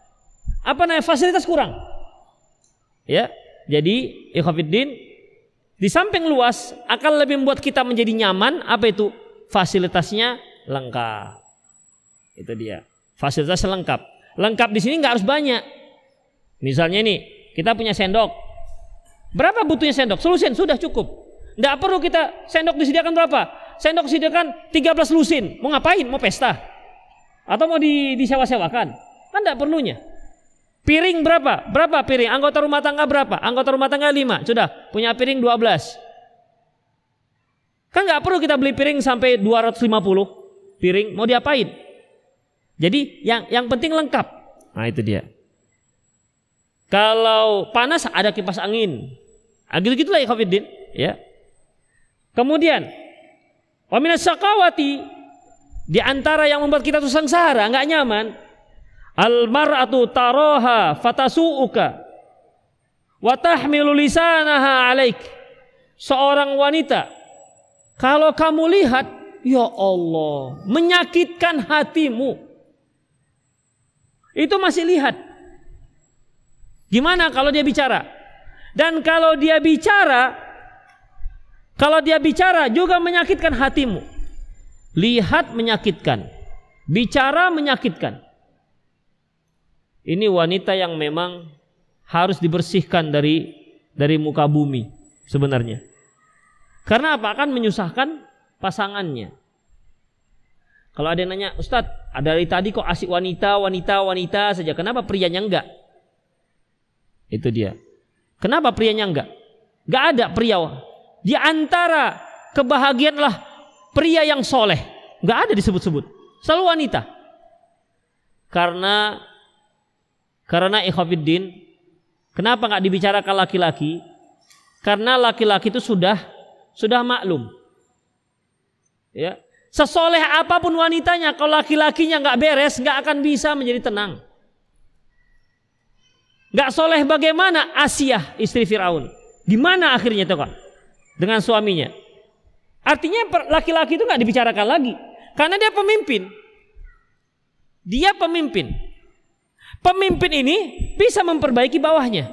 Apa namanya? Fasilitas kurang. Ya, jadi ikhwatiddin, Di samping luas akan lebih membuat kita menjadi nyaman. Apa itu? Fasilitasnya lengkap. Itu dia. Fasilitasnya lengkap. Lengkap di sini nggak harus banyak. Misalnya nih, kita punya sendok. Berapa butuhnya sendok? Selusin sudah cukup. Nggak perlu kita sendok disediakan berapa? Sendok disediakan tiga belas lusin. Mau ngapain? Mau pesta? Atau mau di, disewa-sewakan? Kan nggak perlunya. Piring berapa? Berapa piring? Anggota rumah tangga berapa? Anggota rumah tangga lima. Sudah punya piring dua belas. Kan nggak perlu kita beli piring sampai dua ratus lima puluh piring. Mau diapain? Jadi yang yang penting lengkap. Nah itu dia. Kalau panas ada kipas angin. Ah, gitu-gitulah ya Khofiddin. Ya. Kemudian wa minas syaqawati, di antara yang membuat kita tuh sengsara, nggak nyaman. Al mar'atu taraha fatasu'uka wa tahmilu lisanaha 'alaik. Seorang wanita kalau kamu lihat, ya Allah, menyakitkan hatimu. Itu masih lihat. Gimana kalau dia bicara? Dan kalau dia bicara, kalau dia bicara juga menyakitkan hatimu. Lihat menyakitkan, bicara menyakitkan. Ini wanita yang memang harus dibersihkan dari dari muka bumi sebenarnya. Karena apa? Akan menyusahkan pasangannya. Kalau ada yang nanya, Ustadz, ada dari tadi kok asik wanita, wanita, wanita saja. Kenapa prianya enggak? Itu dia. Kenapa prianya enggak? Enggak ada pria. Di antara kebahagiaanlah pria yang soleh. Enggak ada disebut-sebut. Selalu wanita. Karena Karena ikhwafiddin, kenapa enggak dibicarakan laki-laki? Karena laki-laki itu sudah sudah maklum. Ya. Sesoleh apapun wanitanya, kalau laki-lakinya enggak beres, enggak akan bisa menjadi tenang. Enggak soleh bagaimana Asiyah istri Firaun? Gimana akhirnya itu kan? Dengan suaminya. Artinya laki-laki itu enggak dibicarakan lagi. Karena dia pemimpin. Dia pemimpin. Pemimpin ini bisa memperbaiki bawahnya.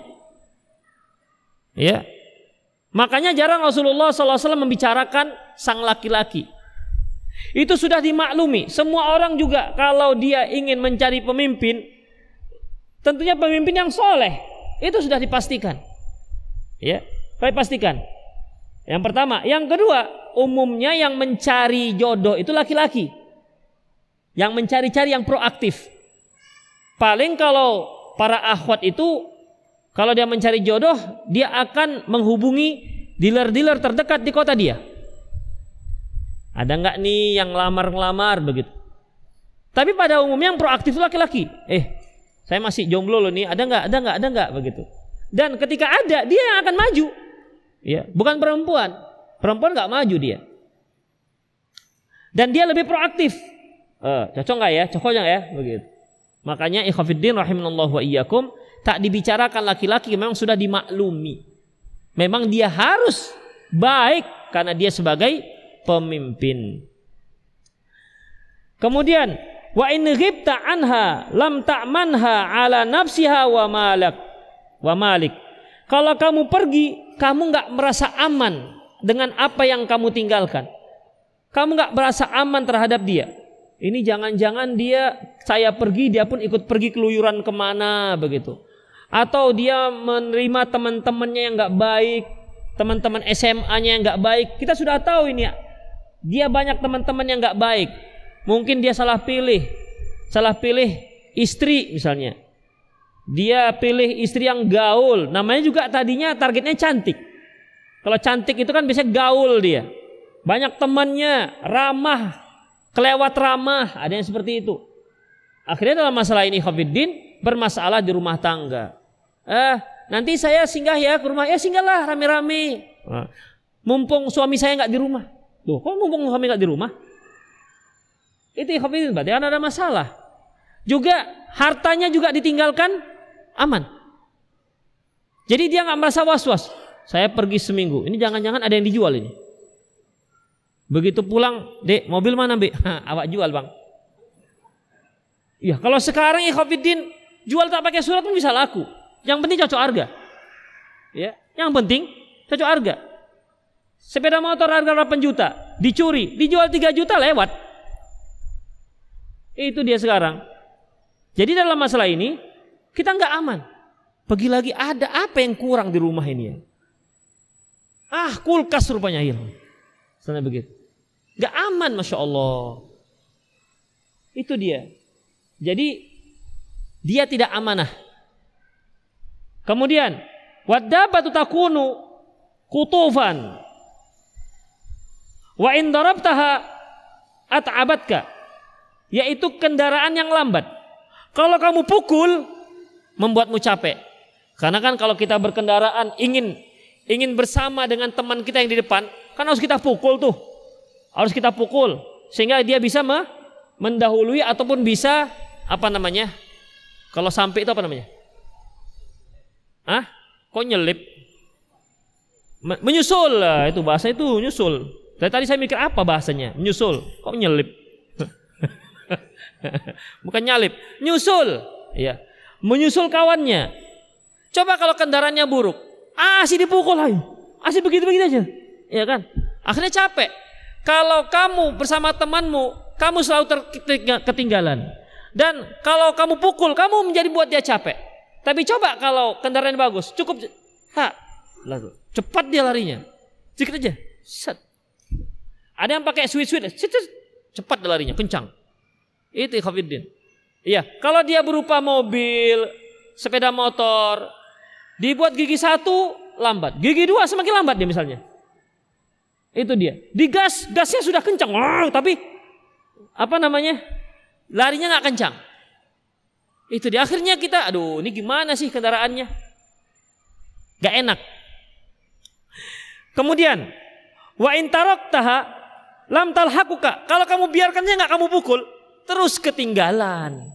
Ya. Makanya jarang Rasulullah shallallahu alaihi wasallam membicarakan sang laki-laki. Itu sudah dimaklumi. Semua orang juga kalau dia ingin mencari pemimpin, tentunya pemimpin yang soleh. Itu sudah dipastikan. Ya, dipastikan. Yang pertama. Yang kedua, umumnya yang mencari jodoh itu laki-laki. Yang mencari-cari yang proaktif. Paling kalau para akhwat itu, kalau dia mencari jodoh, dia akan menghubungi dealer-dealer terdekat di kota dia. Ada nggak nih yang lamar-lamar begitu? Tapi pada umumnya yang proaktif itu laki-laki. Eh, saya masih jomblo loh nih. Ada nggak? Ada nggak? Ada nggak begitu? Dan ketika ada, dia yang akan maju. Ya, bukan perempuan. Perempuan nggak maju dia. Dan dia lebih proaktif. Eh, cocok nggak ya? Cocok nggak ya? Begitu. Makanya ikhwafiddin rahimanallahu wa iyyakum, tak dibicarakan laki-laki memang sudah dimaklumi. Memang dia harus baik karena dia sebagai pemimpin. Kemudian wa in ghibta anha lam ta'manha ala nafsiha wa malak wa malik. Kalau kamu pergi, kamu enggak merasa aman dengan apa yang kamu tinggalkan. Kamu enggak merasa aman terhadap dia. Ini jangan-jangan dia, saya pergi, dia pun ikut pergi keluyuran kemana begitu. Atau dia menerima teman-temannya yang nggak baik, teman-teman S M A-nya yang nggak baik. Kita sudah tahu ini, dia banyak teman-teman yang nggak baik. Mungkin dia salah pilih, salah pilih istri misalnya. Dia pilih istri yang gaul, namanya juga tadinya targetnya cantik. Kalau cantik itu kan biasanya gaul dia. Banyak temannya, ramah. Kelewat ramah, ada yang seperti itu. Akhirnya dalam masalah ini Khofiddin bermasalah di rumah tangga. Eh, nanti saya singgah ya ke rumah. Ya singgahlah rame-rame. Nah, mumpung suami saya nggak di rumah. Loh, kok mumpung suami nggak di rumah? Itu Khofiddin berarti kan ada masalah. Juga hartanya juga ditinggalkan aman. Jadi dia nggak merasa was-was. Saya pergi seminggu. Ini jangan-jangan ada yang dijual ini. Begitu pulang, Dek, mobil mana, Be? Awak jual, Bang. Ya, kalau sekarang ikhwafiddin jual tak pakai surat pun bisa laku. Yang penting cocok harga. Ya, yang penting cocok harga. Sepeda motor harga delapan juta, dicuri, dijual tiga juta lewat. Itu dia sekarang. Jadi dalam masalah ini kita nggak aman. Pergi lagi, ada apa yang kurang di rumah ini ya? Ah, kulkas rupanya hilang. Sana begitu. Nggak aman, masya Allah. Itu dia. Jadi dia tidak amanah. Kemudian waddabatu takunu kutufan wa in darabtaha at'abatka, yaitu kendaraan yang lambat. Kalau kamu pukul membuatmu capek. Karena kan kalau kita berkendaraan ingin ingin bersama dengan teman kita yang di depan, kan harus kita pukul tuh. Harus kita pukul sehingga dia bisa me mendahului ataupun bisa apa namanya? Kalau sampai itu apa namanya? Ah, kok nyelip? Menyusul lah, itu bahasa itu menyusul. Dari tadi saya mikir apa bahasanya? Menyusul. Kok nyelip? Bukan nyalip, nyusul. Ya, menyusul kawannya. Coba kalau kendaraannya buruk, ah si dipukul aja, asih begitu-begitu aja, ya kan? Akhirnya capek. Kalau kamu bersama temanmu, kamu selalu ketinggalan. Dan kalau kamu pukul, kamu menjadi buat dia capek. Tapi coba kalau kendaraan bagus, cukup, ha, lalu cepat dia larinya, sedikit aja, set. Ada yang pakai sweet-sweet, cepat dia larinya, kencang. Itu ikhwatiddin. Iya, kalau dia berupa mobil, sepeda motor, dibuat gigi satu lambat, gigi dua semakin lambat dia misalnya. Itu dia. Digas, gasnya sudah kencang, wow, tapi apa namanya? Larinya nggak kencang. Itu dia. Akhirnya kita, aduh, ini gimana sih kendaraannya? Gak enak. Kemudian, wa in taraktaha lam talhaquka. Kalau kamu biarkannya nggak kamu pukul, terus ketinggalan.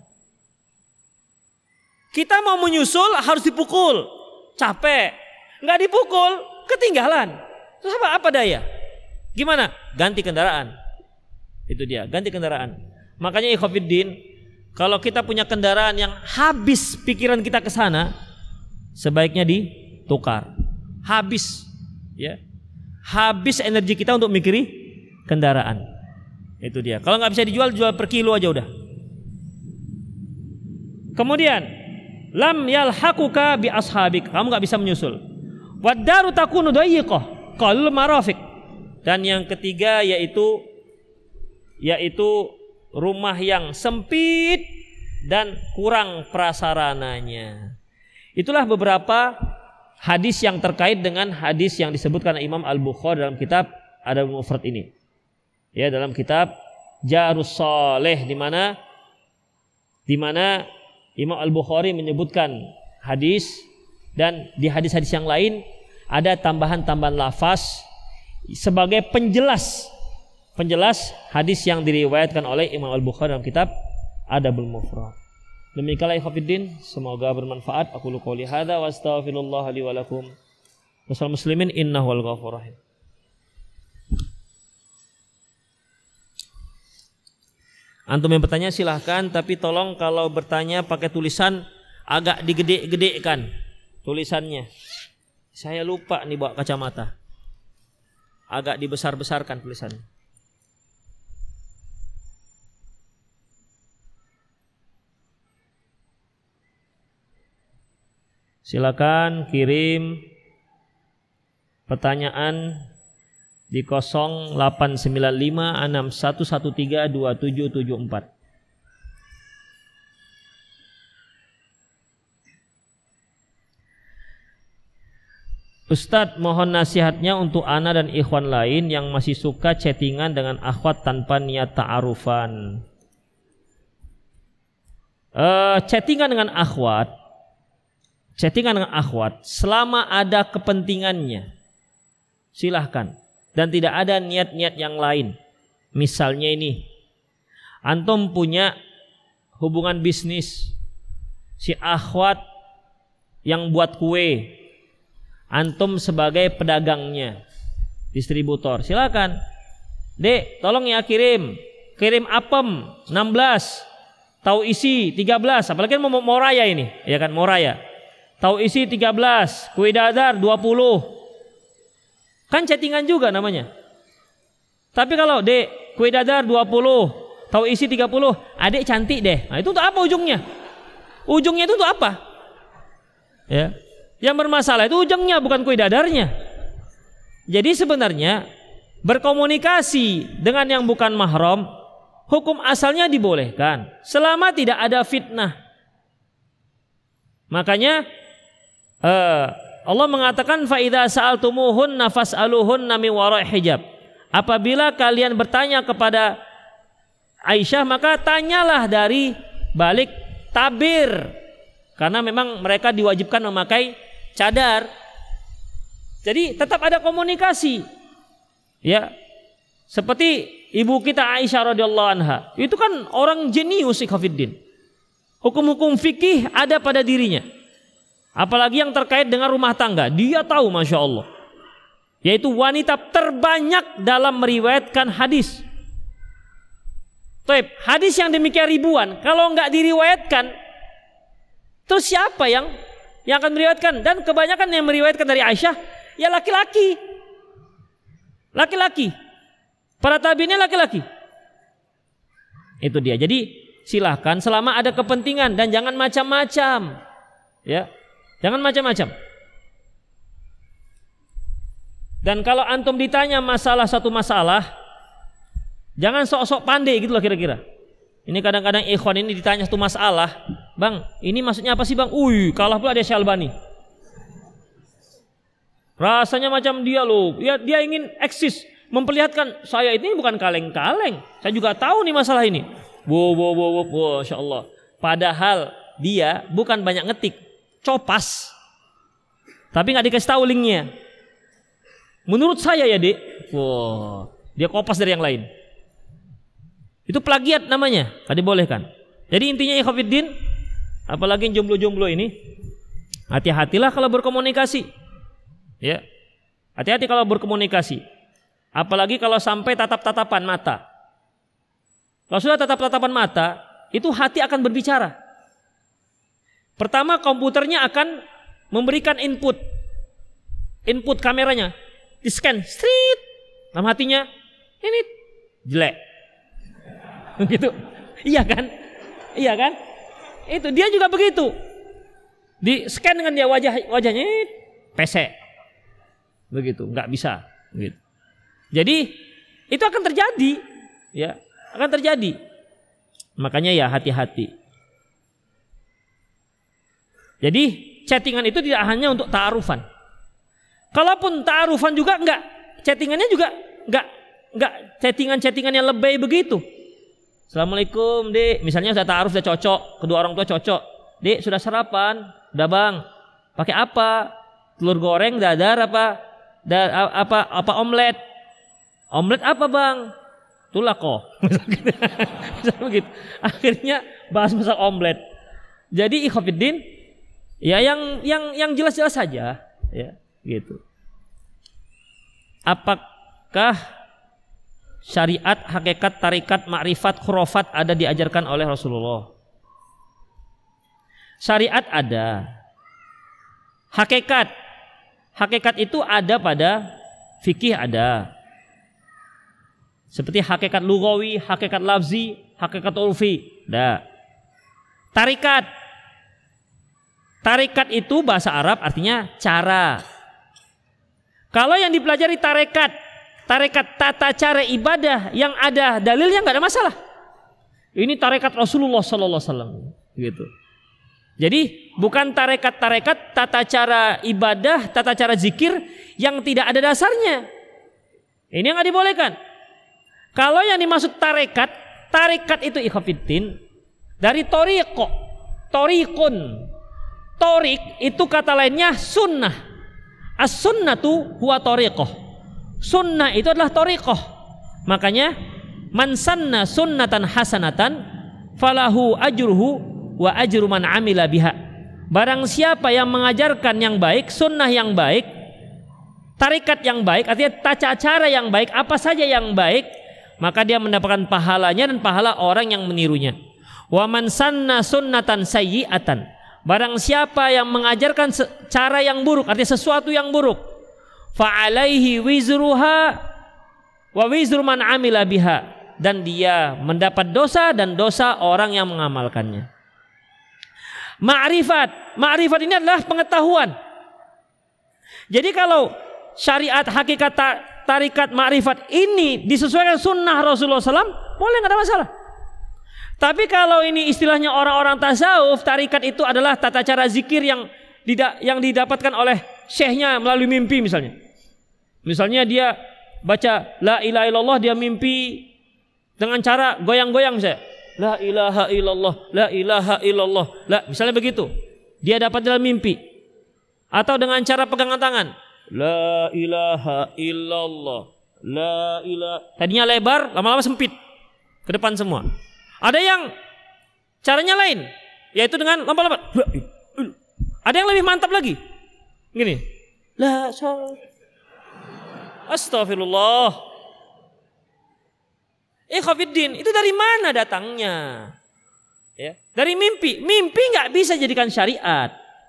Kita mau menyusul harus dipukul, capek. Nggak dipukul, ketinggalan. Terus apa, apa daya? Gimana? Ganti kendaraan. Itu dia, ganti kendaraan. Makanya ikhwatiddin, kalau kita punya kendaraan yang habis pikiran kita ke sana, sebaiknya ditukar. Habis, ya. Habis energi kita untuk mikiri kendaraan. Itu dia. Kalau nggak bisa dijual, jual per kilo aja udah. Kemudian, lam yalhaquka bi ashabik. Kamu nggak bisa menyusul. Wad-daru takunu dayyiqah qalul marafiq. Dan yang ketiga yaitu yaitu rumah yang sempit dan kurang prasarananya. Itulah beberapa hadis yang terkait dengan hadis yang disebutkan Imam Al-Bukhari dalam kitab Adabul Mufrad ini. Ya, dalam kitab Jarus Saleh, di mana di mana Imam Al-Bukhari menyebutkan hadis, dan di hadis-hadis yang lain ada tambahan-tambahan lafaz sebagai penjelas penjelas hadis yang diriwayatkan oleh Imam Al-Bukhari dalam kitab Adabul Mufrad. Demikianlah ikhwatiddin, semoga bermanfaat. Aku qouli hadza wa astaghfirullah li wa lakum. Wasal muslimin innahu wal ghafurur rahim. Antum yang bertanya silahkan, tapi tolong kalau bertanya pakai tulisan agak digede-gedekan tulisannya. Saya lupa nih bawa kacamata. Agak dibesar-besarkan tulisannya. Silakan kirim pertanyaan di nol delapan sembilan lima enam satu satu tiga dua tujuh tujuh empat. Ustadz, mohon nasihatnya untuk ana dan ikhwan lain yang masih suka chattingan dengan akhwat tanpa niat ta'arufan. Uh, chattingan dengan akhwat Chattingan dengan akhwat selama ada kepentingannya, silahkan, dan tidak ada niat-niat yang lain. Misalnya ini, antum punya hubungan bisnis, si akhwat yang buat kue, antum sebagai pedagangnya, distributor, silakan. Dek, tolong ya kirim, kirim apem enam belas, tahu isi tiga belas, apalagi mau, mau raya ini, ya kan, mau raya. Tahu isi tiga belas, kue dadar dua puluh. Kan chattingan juga namanya. Tapi kalau Dek, kue dadar dua puluh, tahu isi tiga puluh, Adek cantik deh. Nah, itu untuk apa ujungnya? Ujungnya itu untuk apa? Ya. Yang bermasalah itu ujungnya, bukan kue dadarnya. Jadi sebenarnya berkomunikasi dengan yang bukan mahram, hukum asalnya dibolehkan selama tidak ada fitnah. Makanya uh, Allah mengatakan fa idza sa'altumuhunna fas'aluhunna min wara'i hijab. Apabila kalian bertanya kepada Aisyah, maka tanyalah dari balik tabir, karena memang mereka diwajibkan memakai cadar. Jadi tetap ada komunikasi. Ya. Seperti ibu kita Aisyah radhiyallahu anha, itu kan orang jenius ikhwatiddin. Hukum-hukum fikih ada pada dirinya. Apalagi yang terkait dengan rumah tangga, dia tahu Masya Allah. Yaitu wanita terbanyak dalam meriwayatkan hadis. Taib, hadis yang demikian ribuan, kalau nggak diriwayatkan, terus siapa yang yang akan meriwayatkan? Dan kebanyakan yang meriwayatkan dari Aisyah ya laki-laki. Laki-laki. Para tabi'innya laki-laki. Itu dia. Jadi silahkan selama ada kepentingan dan jangan macam-macam. Ya. Jangan macam-macam. Dan kalau antum ditanya masalah satu masalah, jangan sok-sok pandai gitu loh kira-kira. Ini kadang-kadang ikhwan ini ditanya satu masalah, Bang, ini maksudnya apa sih Bang? Uy, kalah pula dia Syalbani. Rasanya macam dia loh. Ya, dia ingin eksis, memperlihatkan saya ini bukan kaleng-kaleng. Saya juga tahu nih masalah ini. Wow, wow, wow, wow, wow, Masya Allah. Padahal dia bukan banyak ngetik, copas. Tapi nggak dikasih tahu linknya. Menurut saya ya Dek, wow, dia kopas dari yang lain. Itu plagiat namanya, tadi bolehkan. Jadi intinya ikhwatiddin, apalagi jomblo-jomblo ini, hati-hatilah kalau berkomunikasi. Ya, hati-hati kalau berkomunikasi. Apalagi kalau sampai tatap-tatapan mata. Kalau sudah tatap-tatapan mata, itu hati akan berbicara. Pertama, komputernya akan memberikan input, input kameranya. Di scan, street, dalam hatinya ini jelek, gitu, iya kan, iya kan, itu dia juga begitu, di scan dengan dia wajah wajahnya pesek, begitu, nggak bisa, gitu. Jadi itu akan terjadi, ya, akan terjadi, makanya ya hati-hati. Jadi chattingan itu tidak hanya untuk ta'arufan. Kalaupun ta'arufan juga enggak, chattingannya juga enggak enggak chattingan-chattingan yang lebay begitu. Assalamualaikum, Dek. Misalnya sudah ta'aruf, sudah cocok, kedua orang tua cocok. Dek, sudah sarapan? Udah, Bang. Pakai apa? Telur goreng, dadar apa? Da, apa apa omlet? Omlet apa, Bang? Itulah kok. Misalnya begitu. Akhirnya bahas masak omlet. Jadi ikhwatiddin, ya yang yang yang jelas-jelas saja, ya. Gitu. Apakah syariat, hakikat, tarikat, makrifat, khurafat ada diajarkan oleh Rasulullah? Syariat ada. Hakikat, hakikat itu ada pada fikih ada. Seperti hakikat lughawi, hakikat lafzi, hakikat urfi, ada. Tarikat, tarikat itu bahasa Arab artinya cara. Kalau yang dipelajari tarekat, tarekat tata cara ibadah yang ada dalilnya nggak ada masalah. Ini tarekat Rasulullah Sallallahu Alaihi Wasallam, gitu. Jadi bukan tarekat-tarekat tata cara ibadah, tata cara zikir yang tidak ada dasarnya. Ini yang nggak dibolehkan. Kalau yang dimaksud tarekat, tarekat itu ikhwatiddin dari toriqo, toriqun, torik itu kata lainnya sunnah. As-sunnatu huwa tariqah. Sunnah itu adalah tariqah. Makanya man sanna sunnatan hasanatan falahu ajruhu wa ajru man amila biha. Barang siapa yang mengajarkan yang baik, sunnah yang baik, tarikat yang baik, artinya tata cara yang baik, apa saja yang baik, maka dia mendapatkan pahalanya dan pahala orang yang menirunya. Wa man sanna sunnatan sayyi'atan. Barang siapa yang mengajarkan cara yang buruk, artinya sesuatu yang buruk, fa alaihi wizruha wa wizru man amila biha, dan dia mendapat dosa dan dosa orang yang mengamalkannya. Ma'rifat, ma'rifat ini adalah pengetahuan. Jadi kalau syariat hakikat tarikat ma'rifat ini disesuaikan sunnah Rasulullah shallallahu alaihi wasallam, boleh, nggak ada masalah. Tapi kalau ini istilahnya orang-orang tasawuf, tarikat itu adalah tata cara zikir yang tidak yang didapatkan oleh syekhnya melalui mimpi misalnya. Misalnya dia baca la ilaha illallah, dia mimpi dengan cara goyang-goyang misalnya. La ilaha illallah, la ilaha illallah, la, misalnya begitu. Dia dapat dalam mimpi. Atau dengan cara pegangan tangan. La ilaha illallah, la ilaha. Tadinya lebar, lama-lama sempit ke depan semua. Ada yang caranya lain, yaitu dengan lompat-lompat. Ada yang lebih mantap lagi. Gini. La Astagfirullah. Ikhwafiddin, itu dari mana datangnya? Ya, dari mimpi. Mimpi nggak bisa jadikan syariat.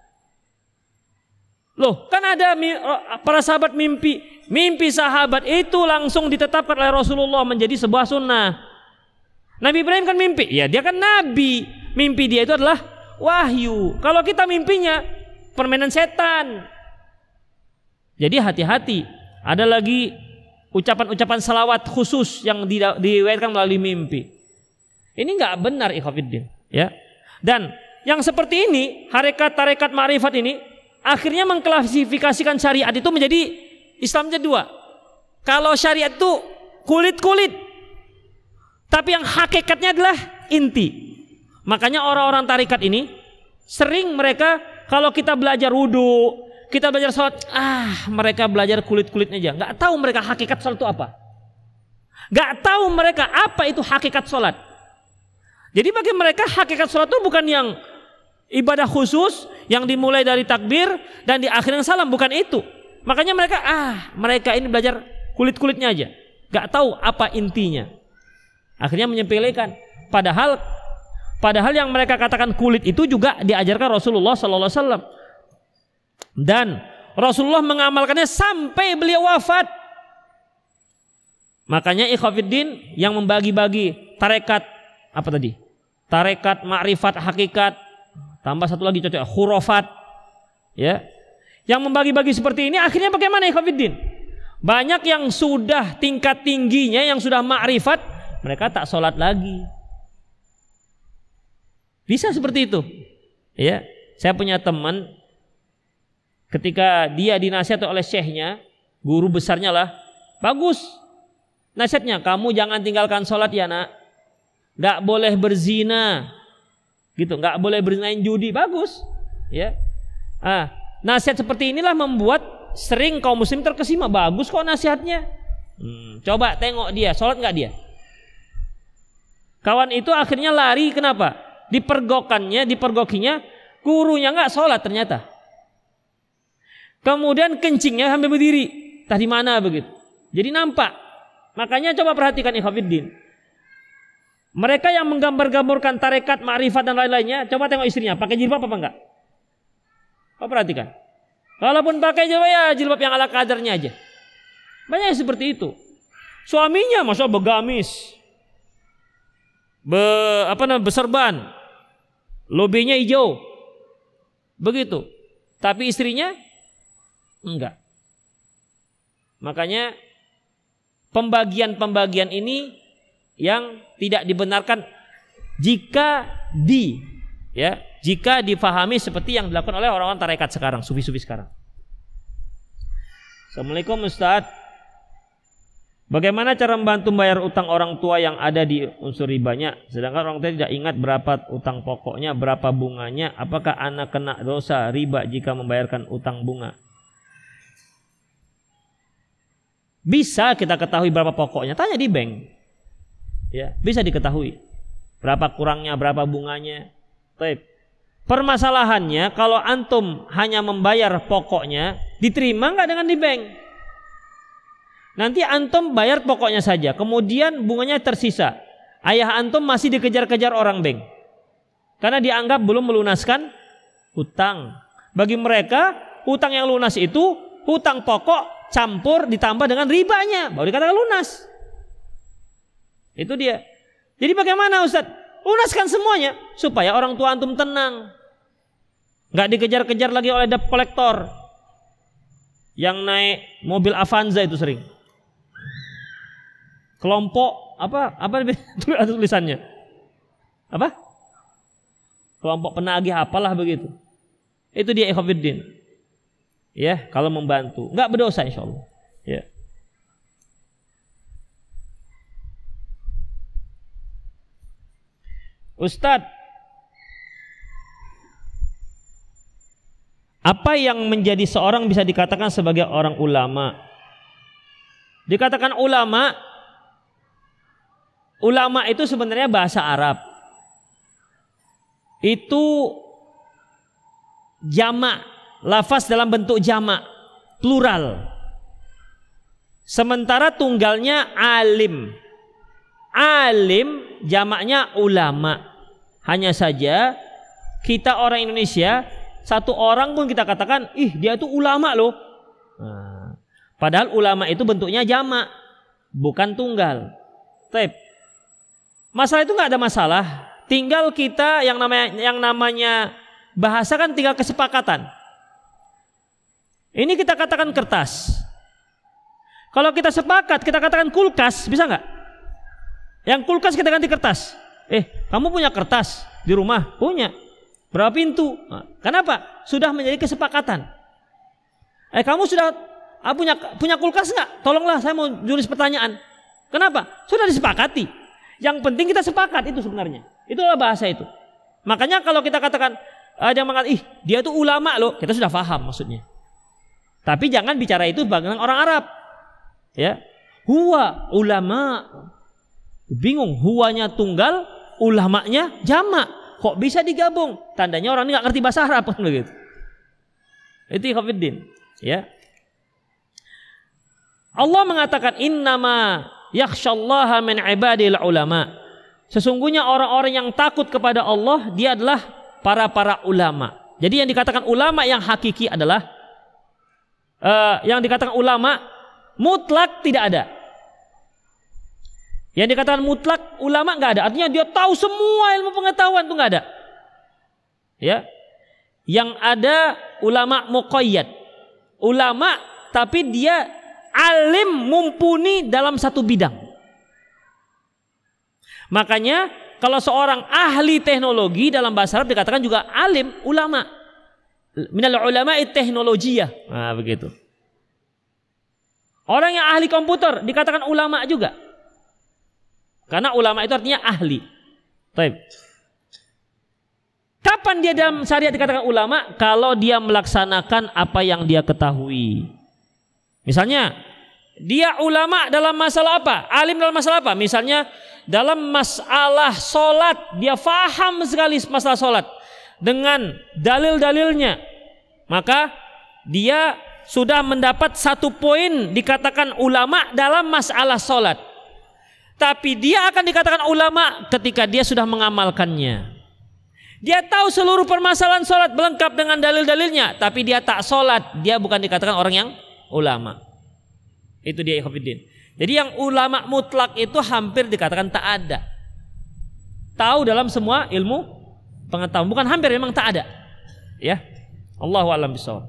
Loh, kan ada para sahabat mimpi. Mimpi sahabat itu langsung ditetapkan oleh Rasulullah menjadi sebuah sunnah. Nabi Ibrahim kan mimpi, ya dia kan nabi. Mimpi dia itu adalah wahyu. Kalau kita mimpinya permainan setan. Jadi hati-hati. Ada lagi ucapan-ucapan salawat khusus yang diriwayatkan melalui mimpi. Ini nggak benar, ikhwatiddin, ya. Dan yang seperti ini, harekat tarekat ma'rifat ini akhirnya mengklasifikasikan syariat itu menjadi Islamnya dua. Kalau syariat itu kulit-kulit, tapi yang hakikatnya adalah inti. Makanya orang-orang tarikat ini sering mereka kalau kita belajar wudu, kita belajar sholat, ah mereka belajar kulit-kulitnya aja, nggak tahu mereka hakikat sholat itu apa, nggak tahu mereka apa itu hakikat sholat. Jadi bagi mereka hakikat sholat itu bukan yang ibadah khusus yang dimulai dari takbir dan di akhirnya salam, bukan itu. Makanya mereka ah mereka ini belajar kulit-kulitnya aja, nggak tahu apa intinya. Akhirnya menyepelekan. Padahal padahal yang mereka katakan kulit itu juga diajarkan Rasulullah sallallahu alaihi wasallam. Dan Rasulullah mengamalkannya sampai beliau wafat. Makanya ikhwafiddin yang membagi-bagi tarekat apa tadi? Tarekat ma'rifat hakikat, tambah satu lagi cocok khurafat, ya. Yang membagi-bagi seperti ini akhirnya bagaimana ikhwafiddin? Banyak yang sudah tingkat tingginya, yang sudah ma'rifat, mereka tak sholat lagi. Bisa seperti itu, ya. Saya punya teman, ketika dia dinasihati oleh syekhnya, guru besarnya lah, bagus nasihatnya, kamu jangan tinggalkan sholat ya nak, nggak boleh berzina, gitu, nggak boleh berzinain judi, bagus, ya. Ah, nasihat seperti inilah membuat sering kaum muslim terkesima, bagus kok nasihatnya. Hmm, coba tengok dia, sholat nggak dia? Kawan itu akhirnya lari, kenapa? Dipergokannya, dipergokinya, gurunya nggak sholat ternyata. Kemudian kencingnya sampai berdiri, entah di mana begitu. Jadi nampak. Makanya coba perhatikan ikhwafiddin. Mereka yang menggambar-gambarkan tarekat, ma'rifat dan lain-lainnya, coba tengok istrinya, pakai jilbab apa enggak? Coba perhatikan. Walaupun pakai jilbab, ya jilbab yang ala kadarnya aja. Banyak seperti itu. Suaminya masya Allah begamis, Be, apa namanya beserban, lobenya hijau, begitu. Tapi istrinya enggak. Makanya pembagian-pembagian ini yang tidak dibenarkan jika di ya jika difahami seperti yang dilakukan oleh orang-orang tarekat sekarang, sufi-sufi sekarang. Assalamualaikum Ustadz. Bagaimana cara membantu membayar utang orang tua yang ada di unsur ribanya, sedangkan orang tua tidak ingat berapa utang pokoknya, berapa bunganya? Apakah anak kena dosa riba jika membayarkan utang bunga? Bisa kita ketahui berapa pokoknya, tanya di bank. Ya, bisa diketahui berapa kurangnya, berapa bunganya. Baik. Permasalahannya kalau antum hanya membayar pokoknya, diterima nggak dengan di bank? Nanti antum bayar pokoknya saja, kemudian bunganya tersisa. Ayah antum masih dikejar-kejar orang bank karena dianggap belum melunaskan hutang. Bagi mereka, hutang yang lunas itu hutang pokok campur ditambah dengan ribanya baru dikatakan lunas. Itu dia. Jadi bagaimana Ustaz? Lunaskan semuanya supaya orang tua antum tenang. Nggak dikejar-kejar lagi oleh debt collector yang naik mobil Avanza itu sering. Kelompok apa apa tulisannya? Apa? Kelompok penagih apalah begitu. Itu dia ikhwatiddin. Ya, kalau membantu, enggak berdosa insyaallah. Ya. Ustadz, apa yang menjadi seorang bisa dikatakan sebagai orang ulama? Dikatakan ulama, ulama itu sebenarnya bahasa Arab. Itu jamak, lafaz dalam bentuk jamak, plural. Sementara tunggalnya alim. Alim jamaknya ulama. Hanya saja kita orang Indonesia, satu orang pun kita katakan, ih dia itu ulama loh. Nah, padahal ulama itu bentuknya jamak, bukan tunggal. Taip. Masalah itu nggak ada masalah. Tinggal kita yang namanya yang namanya bahasa kan tinggal kesepakatan. Ini kita katakan kertas. Kalau kita sepakat, kita katakan kulkas, bisa nggak? Yang kulkas kita ganti kertas. Eh, kamu punya kertas di rumah? Punya. Berapa pintu? Nah, kenapa? Sudah menjadi kesepakatan. Eh, kamu sudah ah, punya punya kulkas nggak? Tolonglah, saya mau tulis pertanyaan. Kenapa? Sudah disepakati. Yang penting kita sepakat itu sebenarnya. Itulah bahasa itu. Makanya kalau kita katakan ada yang mengatakan, ih dia itu ulama loh, kita sudah paham maksudnya. Tapi jangan bicara itu sebagai orang Arab. Ya, huwa ulama. Bingung, huwanya tunggal, ulamanya jamak. Kok bisa digabung? Tandanya orang ini nggak ngerti bahasa Arab kan begitu. Itu ikhwatiddin, ya. Allah mengatakan innama yakhsyallaha min ibadil ulama. Sesungguhnya orang-orang yang takut kepada Allah dia adalah para-para ulama. Jadi yang dikatakan ulama yang hakiki adalah uh, yang dikatakan ulama mutlak tidak ada. Yang dikatakan mutlak ulama nggak ada. Artinya dia tahu semua ilmu pengetahuan itu nggak ada. Ya, yang ada ulama muqayyad, ulama tapi dia alim mumpuni dalam satu bidang. Makanya kalau seorang ahli teknologi dalam bahasa Arab dikatakan juga alim, ulama. Minal ulama'i teknologiyah. Nah, begitu. Orang yang ahli komputer dikatakan ulama juga. Karena ulama itu artinya ahli. Baik. Kapan dia dalam syariat dikatakan ulama? Kalau dia melaksanakan apa yang dia ketahui. Misalnya, dia ulama dalam masalah apa? Alim dalam masalah apa? Misalnya, dalam masalah solat, dia faham sekali masalah solat dengan dalil-dalilnya. Maka dia sudah mendapat satu poin dikatakan ulama dalam masalah solat. Tapi dia akan dikatakan ulama ketika dia sudah mengamalkannya. Dia tahu seluruh permasalahan solat lengkap dengan dalil-dalilnya, tapi dia tak solat, dia bukan dikatakan orang yang ulama. Itu dia ikhwatiddin. Jadi yang ulama mutlak itu hampir dikatakan tak ada. Tahu dalam semua ilmu pengetahuan, bukan hampir, memang tak ada. Ya, Allahu a'lam bishawab.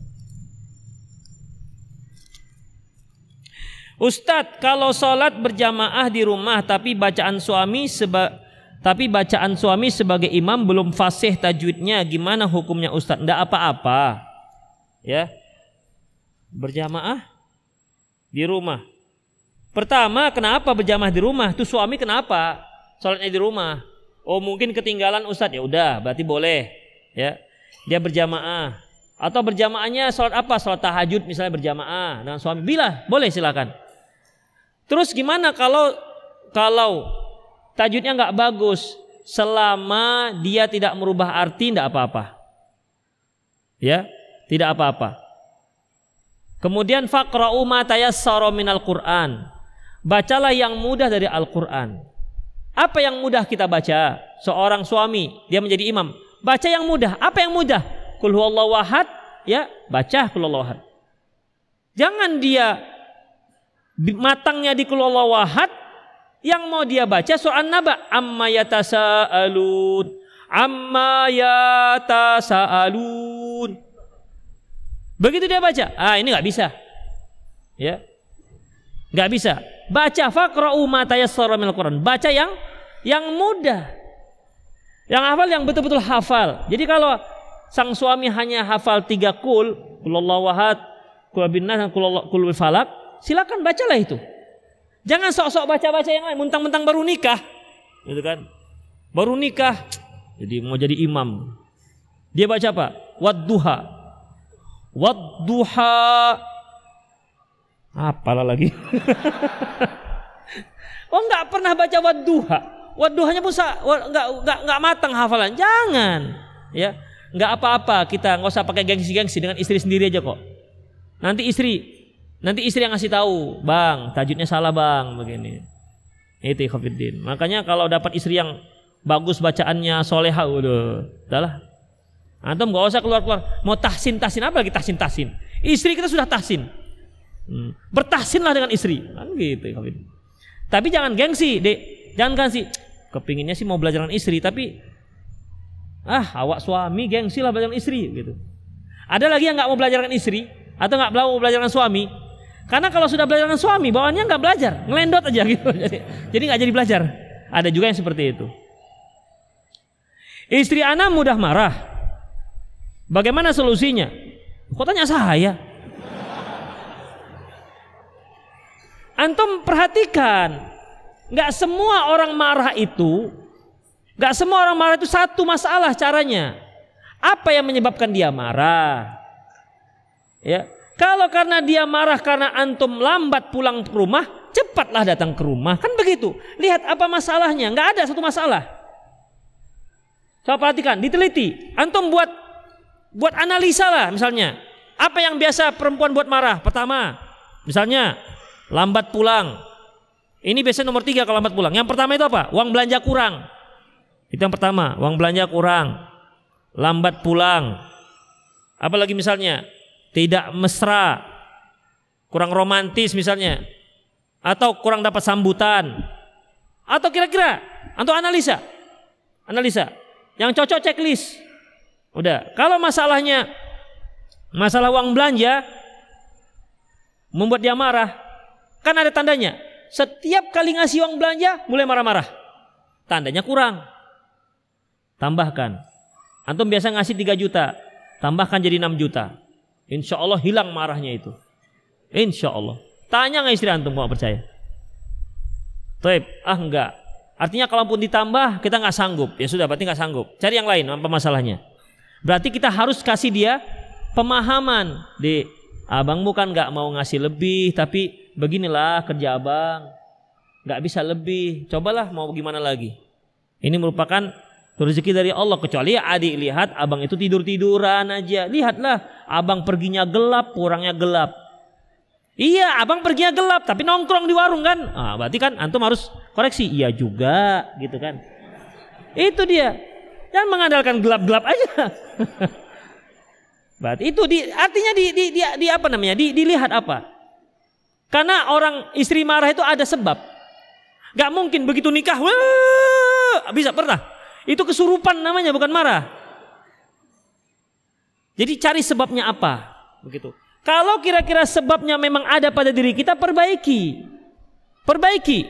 Ustadz, kalau sholat berjamaah di rumah tapi bacaan suami seba, tapi bacaan suami sebagai imam belum fasih tajwidnya, gimana hukumnya Ustadz? Nggak apa-apa, ya. Berjamaah di rumah. Pertama, kenapa berjamaah di rumah? Itu suami kenapa sholatnya di rumah? Oh mungkin ketinggalan Ustadz, ya udah, berarti boleh, ya. Dia berjamaah. Atau berjamaahnya sholat apa? Sholat tahajud misalnya berjamaah dengan suami, bila boleh silakan. Terus gimana kalau kalau tajwidnya nggak bagus, selama dia tidak merubah arti nggak apa-apa, ya, tidak apa-apa. Kemudian faqra'u ma tayassara minal Qur'an, bacalah yang mudah dari Al-Quran. Apa yang mudah kita baca? Seorang suami dia menjadi imam, baca yang mudah. Apa yang mudah? Qul huwallahu ahad, ya, baca qul huwallahu ahad. Jangan dia matangnya di Qul Huwallahu Ahad, yang mau dia baca surah An-Naba, amma yatasaalun, amma yatasaalun. Begitu dia baca, ah ini nggak bisa, ya, nggak bisa. Baca faqra'u ma tayassara minal Quran, baca yang yang mudah, yang hafal, yang betul-betul hafal. Jadi kalau sang suami hanya hafal tiga kul, Qul Huwallahu Ahad, Qul bin Nas, Qul bil Falaq, silakan bacalah itu. Jangan sok-sok baca-baca yang lain, mentang-mentang baru nikah, gitu kan? Baru nikah, jadi mau jadi imam. Dia baca apa? Wadduha, wadduha, apalah lagi? Oh, nggak pernah baca wadduha, wadduhanya pun nggak nggak nggak matang hafalan. Jangan, ya, nggak apa-apa, kita nggak usah pakai gengsi-gengsi, dengan istri sendiri aja kok. Nanti istri Nanti istri yang ngasih tahu, bang, tajudnya salah bang, begini. Itu ikhwatiddin. Makanya kalau dapat istri yang bagus bacaannya, soleha, udah, udahlah. Antum gak usah keluar-keluar, mau tahsin tahsin apa lagi tahsin tahsin. Istri kita sudah tahsin, hmm. bertahsinlah dengan istri, kan gitu ikhwatiddin. Tapi jangan gengsi, dek, jangan gengsi. Kepinginnya sih mau belajar dengan istri, tapi ah, awak suami gengsi lah belajar dengan istri, gitu. Ada lagi yang nggak mau belajar dengan istri atau nggak mau belajar dengan suami. Karena kalau sudah belajar dengan suami, bawaannya nggak belajar, ngelendot aja gitu. Jadi, jadi nggak jadi belajar. Ada juga yang seperti itu. Istri ana mudah marah. Bagaimana solusinya? Kok tanya saya? Antum perhatikan, nggak semua orang marah itu, nggak semua orang marah itu satu masalah caranya. Apa yang menyebabkan dia marah? Ya. Kalau karena dia marah karena antum lambat pulang ke rumah, cepatlah datang ke rumah. Kan begitu. Lihat apa masalahnya. Nggak ada satu masalah. Coba perhatikan, diteliti. Antum buat buat analisa lah misalnya. Apa yang biasa perempuan buat marah? Pertama, misalnya lambat pulang. Ini biasanya nomor tiga kalau lambat pulang. Yang pertama itu apa? Uang belanja kurang. Itu yang pertama, uang belanja kurang. Lambat pulang. Apalagi misalnya tidak mesra, kurang romantis misalnya, atau kurang dapat sambutan, atau kira-kira, atau analisa, analisa, yang cocok checklist. Udah, kalau masalahnya masalah uang belanja membuat dia marah, kan ada tandanya. Setiap kali ngasih uang belanja mulai marah-marah, tandanya kurang. Tambahkan, antum biasa ngasih tiga juta, tambahkan jadi enam juta. Insya Allah hilang marahnya itu. Insya Allah. Tanya nggak istri antum, mau percaya? Taib, ah enggak. Artinya kalaupun ditambah kita nggak sanggup, ya sudah berarti nggak sanggup. Cari yang lain, apa masalahnya? Berarti kita harus kasih dia pemahaman. Di abang bukan nggak mau ngasih lebih, tapi beginilah kerja abang, nggak bisa lebih. Cobalah mau gimana lagi? Ini merupakan rezeki dari Allah. Kecuali adik lihat abang itu tidur-tiduran aja. Lihatlah abang perginya gelap, pulangnya gelap. Iya, abang perginya gelap tapi nongkrong di warung kan. Ah, berarti kan antum harus koreksi. Iya juga, gitu kan. Itu dia. Jangan mengandalkan gelap-gelap aja. Berarti itu di, artinya di, di, di, di apa namanya? Di, dilihat apa? Karena orang istri marah itu ada sebab. Gak mungkin begitu nikah, wah, bisa pernah. Itu kesurupan namanya, bukan marah. Jadi cari sebabnya apa, begitu. Kalau kira-kira sebabnya memang ada pada diri kita, perbaiki, perbaiki.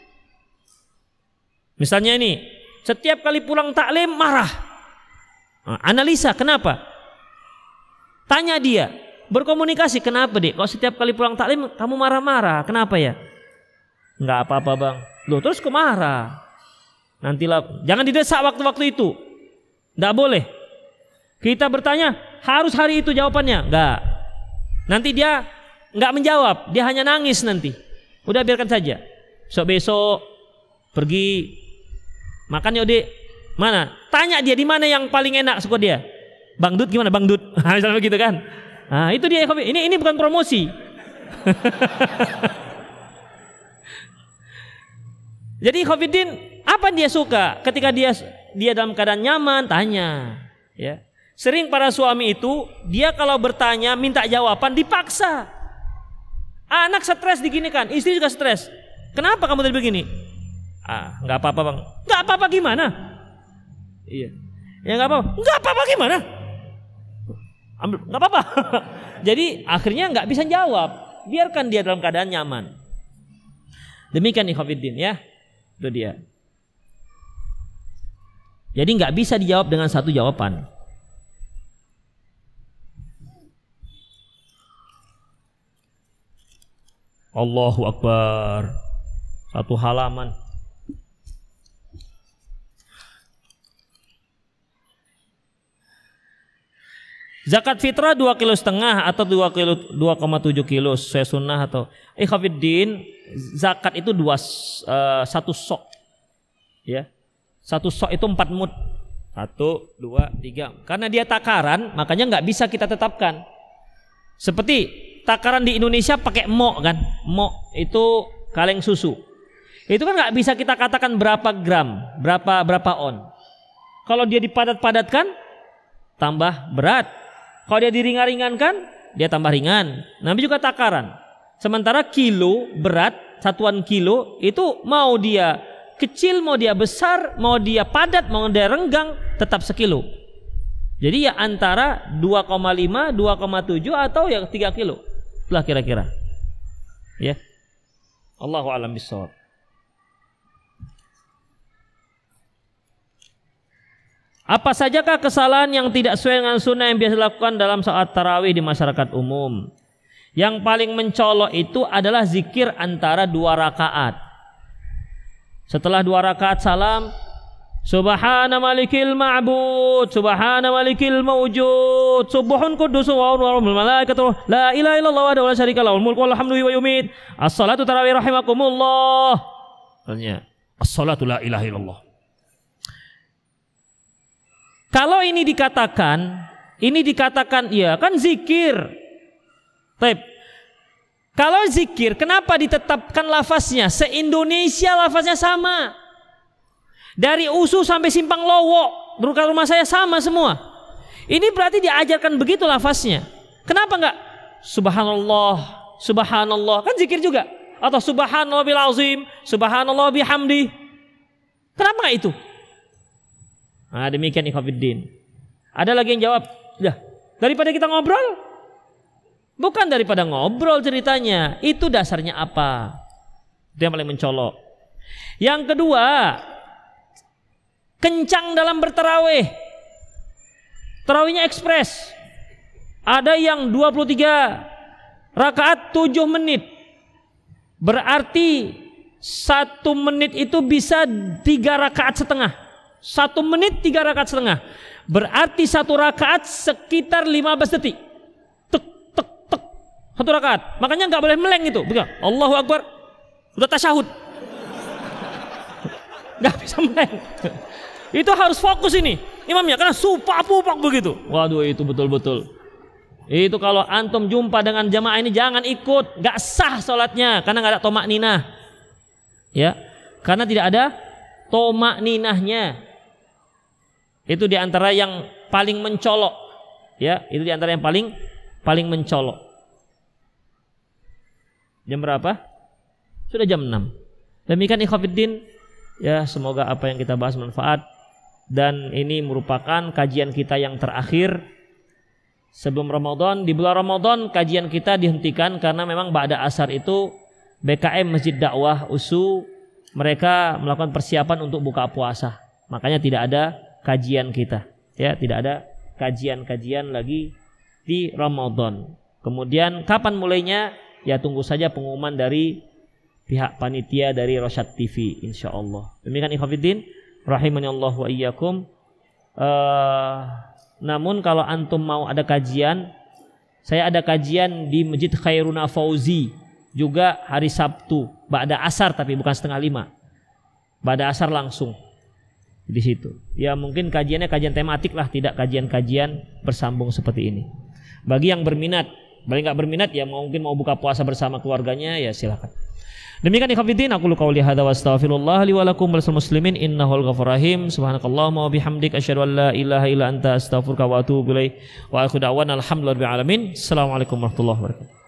Misalnya ini, setiap kali pulang taklim marah. Nah, analisa kenapa? Tanya dia, berkomunikasi, kenapa dek? Kalau setiap kali pulang taklim kamu marah-marah, kenapa ya? Enggak apa-apa bang. Loh terus kok marah? Nantilah, jangan didesak waktu-waktu itu. Enggak boleh. Kita bertanya, harus hari itu jawabannya. Enggak. Nanti dia enggak menjawab, dia hanya nangis nanti. Udah biarkan saja. Besok-besok pergi makan yuk dek. Mana? Tanya dia di mana yang paling enak suka dia. Bang Dut gimana Bang Dut? Misalnya begitu kan. Nah, itu dia. Ini ini bukan promosi. Jadi Khofiddin, apa dia suka? Ketika dia dia dalam keadaan nyaman, tanya. Ya. Sering para suami itu, dia kalau bertanya minta jawaban dipaksa. Anak stres diginikan, istri juga stres. Kenapa kamu tadi begini? Ah, nggak apa-apa bang. Nggak apa-apa gimana? Iya. Ya nggak apa-apa. Nggak apa-apa gimana? Ambil, nggak apa-apa. Jadi akhirnya nggak bisa jawab. Biarkan dia dalam keadaan nyaman. Demikian ikhwatiddin ya. Itu dia. Jadi nggak bisa dijawab dengan satu jawaban. Allahu Akbar. Satu halaman. Zakat fitrah dua kilo setengah atau dua kilo dua koma tujuh kilo sesuai sunnah atau ikhwatiddin, zakat itu dua uh, satu sok ya, satu sok itu empat mud, satu dua tiga, karena dia takaran makanya nggak bisa kita tetapkan. Seperti takaran di Indonesia pakai mo kan, mo itu kaleng susu, itu kan nggak bisa kita katakan berapa gram, berapa berapa on. Kalau dia dipadat-padatkan tambah berat. Kalau dia diringan-ringankan, dia tambah ringan. Nabi juga takaran. Sementara kilo, berat, satuan kilo, itu mau dia kecil, mau dia besar, mau dia padat, mau dia renggang, tetap sekilo. Jadi ya antara dua koma lima, dua koma tujuh atau ya tiga kilo. Itulah kira-kira. Ya. Allahu a'lam bishawab. Apa sajakah kesalahan yang tidak sesuai dengan sunnah yang biasa dilakukan dalam saat tarawih di masyarakat umum? Yang paling mencolok itu adalah zikir antara dua rakaat. Setelah dua rakaat salam, Subhana malikil ma'bud, Subhana malikil mawjud, Subhun kudus wa warahmul malaikatu, La ilaha illallah wa la syarika lahu, mulku walhamdulillahi wa yumit, As-salatu tarawih rahimakumullah. Artinya, As-salatu la ilaha illallah. Kalau ini dikatakan, ini dikatakan ya kan zikir. Baik. Kalau zikir, kenapa ditetapkan lafaznya? Se-Indonesia lafaznya sama. Dari Usu sampai Simpang Lowo, dekat rumah saya sama semua. Ini berarti diajarkan begitu lafaznya. Kenapa enggak? Subhanallah, Subhanallah, kan zikir juga. Atau Subhanallah bil azim, Subhanallah bihamdi. Kenapa enggak itu? Nah, demikian ikhwatiddin. Ada lagi yang jawab, "Dah, daripada kita ngobrol?" Bukan daripada ngobrol ceritanya. Itu dasarnya apa? Itu yang paling mencolok. Yang kedua, kencang dalam bertarawih. Tarawihnya ekspres. Ada yang dua puluh tiga rakaat tujuh menit. Berarti satu menit itu bisa tiga rakaat setengah. Satu menit tiga rakaat setengah. Berarti satu rakaat sekitar lima belas detik. Tek tek tek. Satu rakaat. Makanya nggak boleh meleng itu. Betul. Allahu Akbar. Udah tasyahud. Nggak bisa meleng. Itu harus fokus ini imamnya, karena supak-pupak begitu. Waduh, itu betul-betul. Itu kalau antum jumpa dengan jamaah ini jangan ikut, nggak sah sholatnya karena nggak ada tomak ninah. Ya, karena tidak ada tomak ninahnya. Itu diantara yang paling mencolok, ya. Itu diantara yang paling paling mencolok. Jam berapa? Sudah jam enam. Demikian ikhwatiddin, ya, semoga apa yang kita bahas bermanfaat. Dan ini merupakan kajian kita yang terakhir sebelum Ramadan. Di bulan Ramadan kajian kita dihentikan karena memang ba'da asar itu B K M Masjid Dakwah U S U mereka melakukan persiapan untuk buka puasa. Makanya tidak ada kajian kita, ya, tidak ada kajian-kajian lagi di Ramadan. Kemudian kapan mulainya? Ya tunggu saja pengumuman dari pihak panitia dari Rosyad T V, insyaallah. Demikian ikhwatiddin, rahimani Allah wa iyyakum. Uh, namun kalau antum mau ada kajian, saya ada kajian di Masjid Khairuna Fauzi juga hari Sabtu, ba'da asar tapi bukan setengah lima, ba'da asar langsung di situ. Ya mungkin kajiannya kajian tematik lah, tidak kajian-kajian bersambung seperti ini. Bagi yang berminat, bagi nggak berminat ya mungkin mau buka puasa bersama keluarganya, ya silakan. Demikian ikhwatiddin, aku lu qauli hadza wa astaghfirullah li wa lakum wal muslimin innahul ghafurur rahim. Subhanakallahumma wa bihamdik asyhadu an la ilaha illa anta astaghfiruka wa atubu ilaik. Wa akhiru da'wana alhamdulillahi rabbil alamin. Assalamualaikum warahmatullahi wabarakatuh.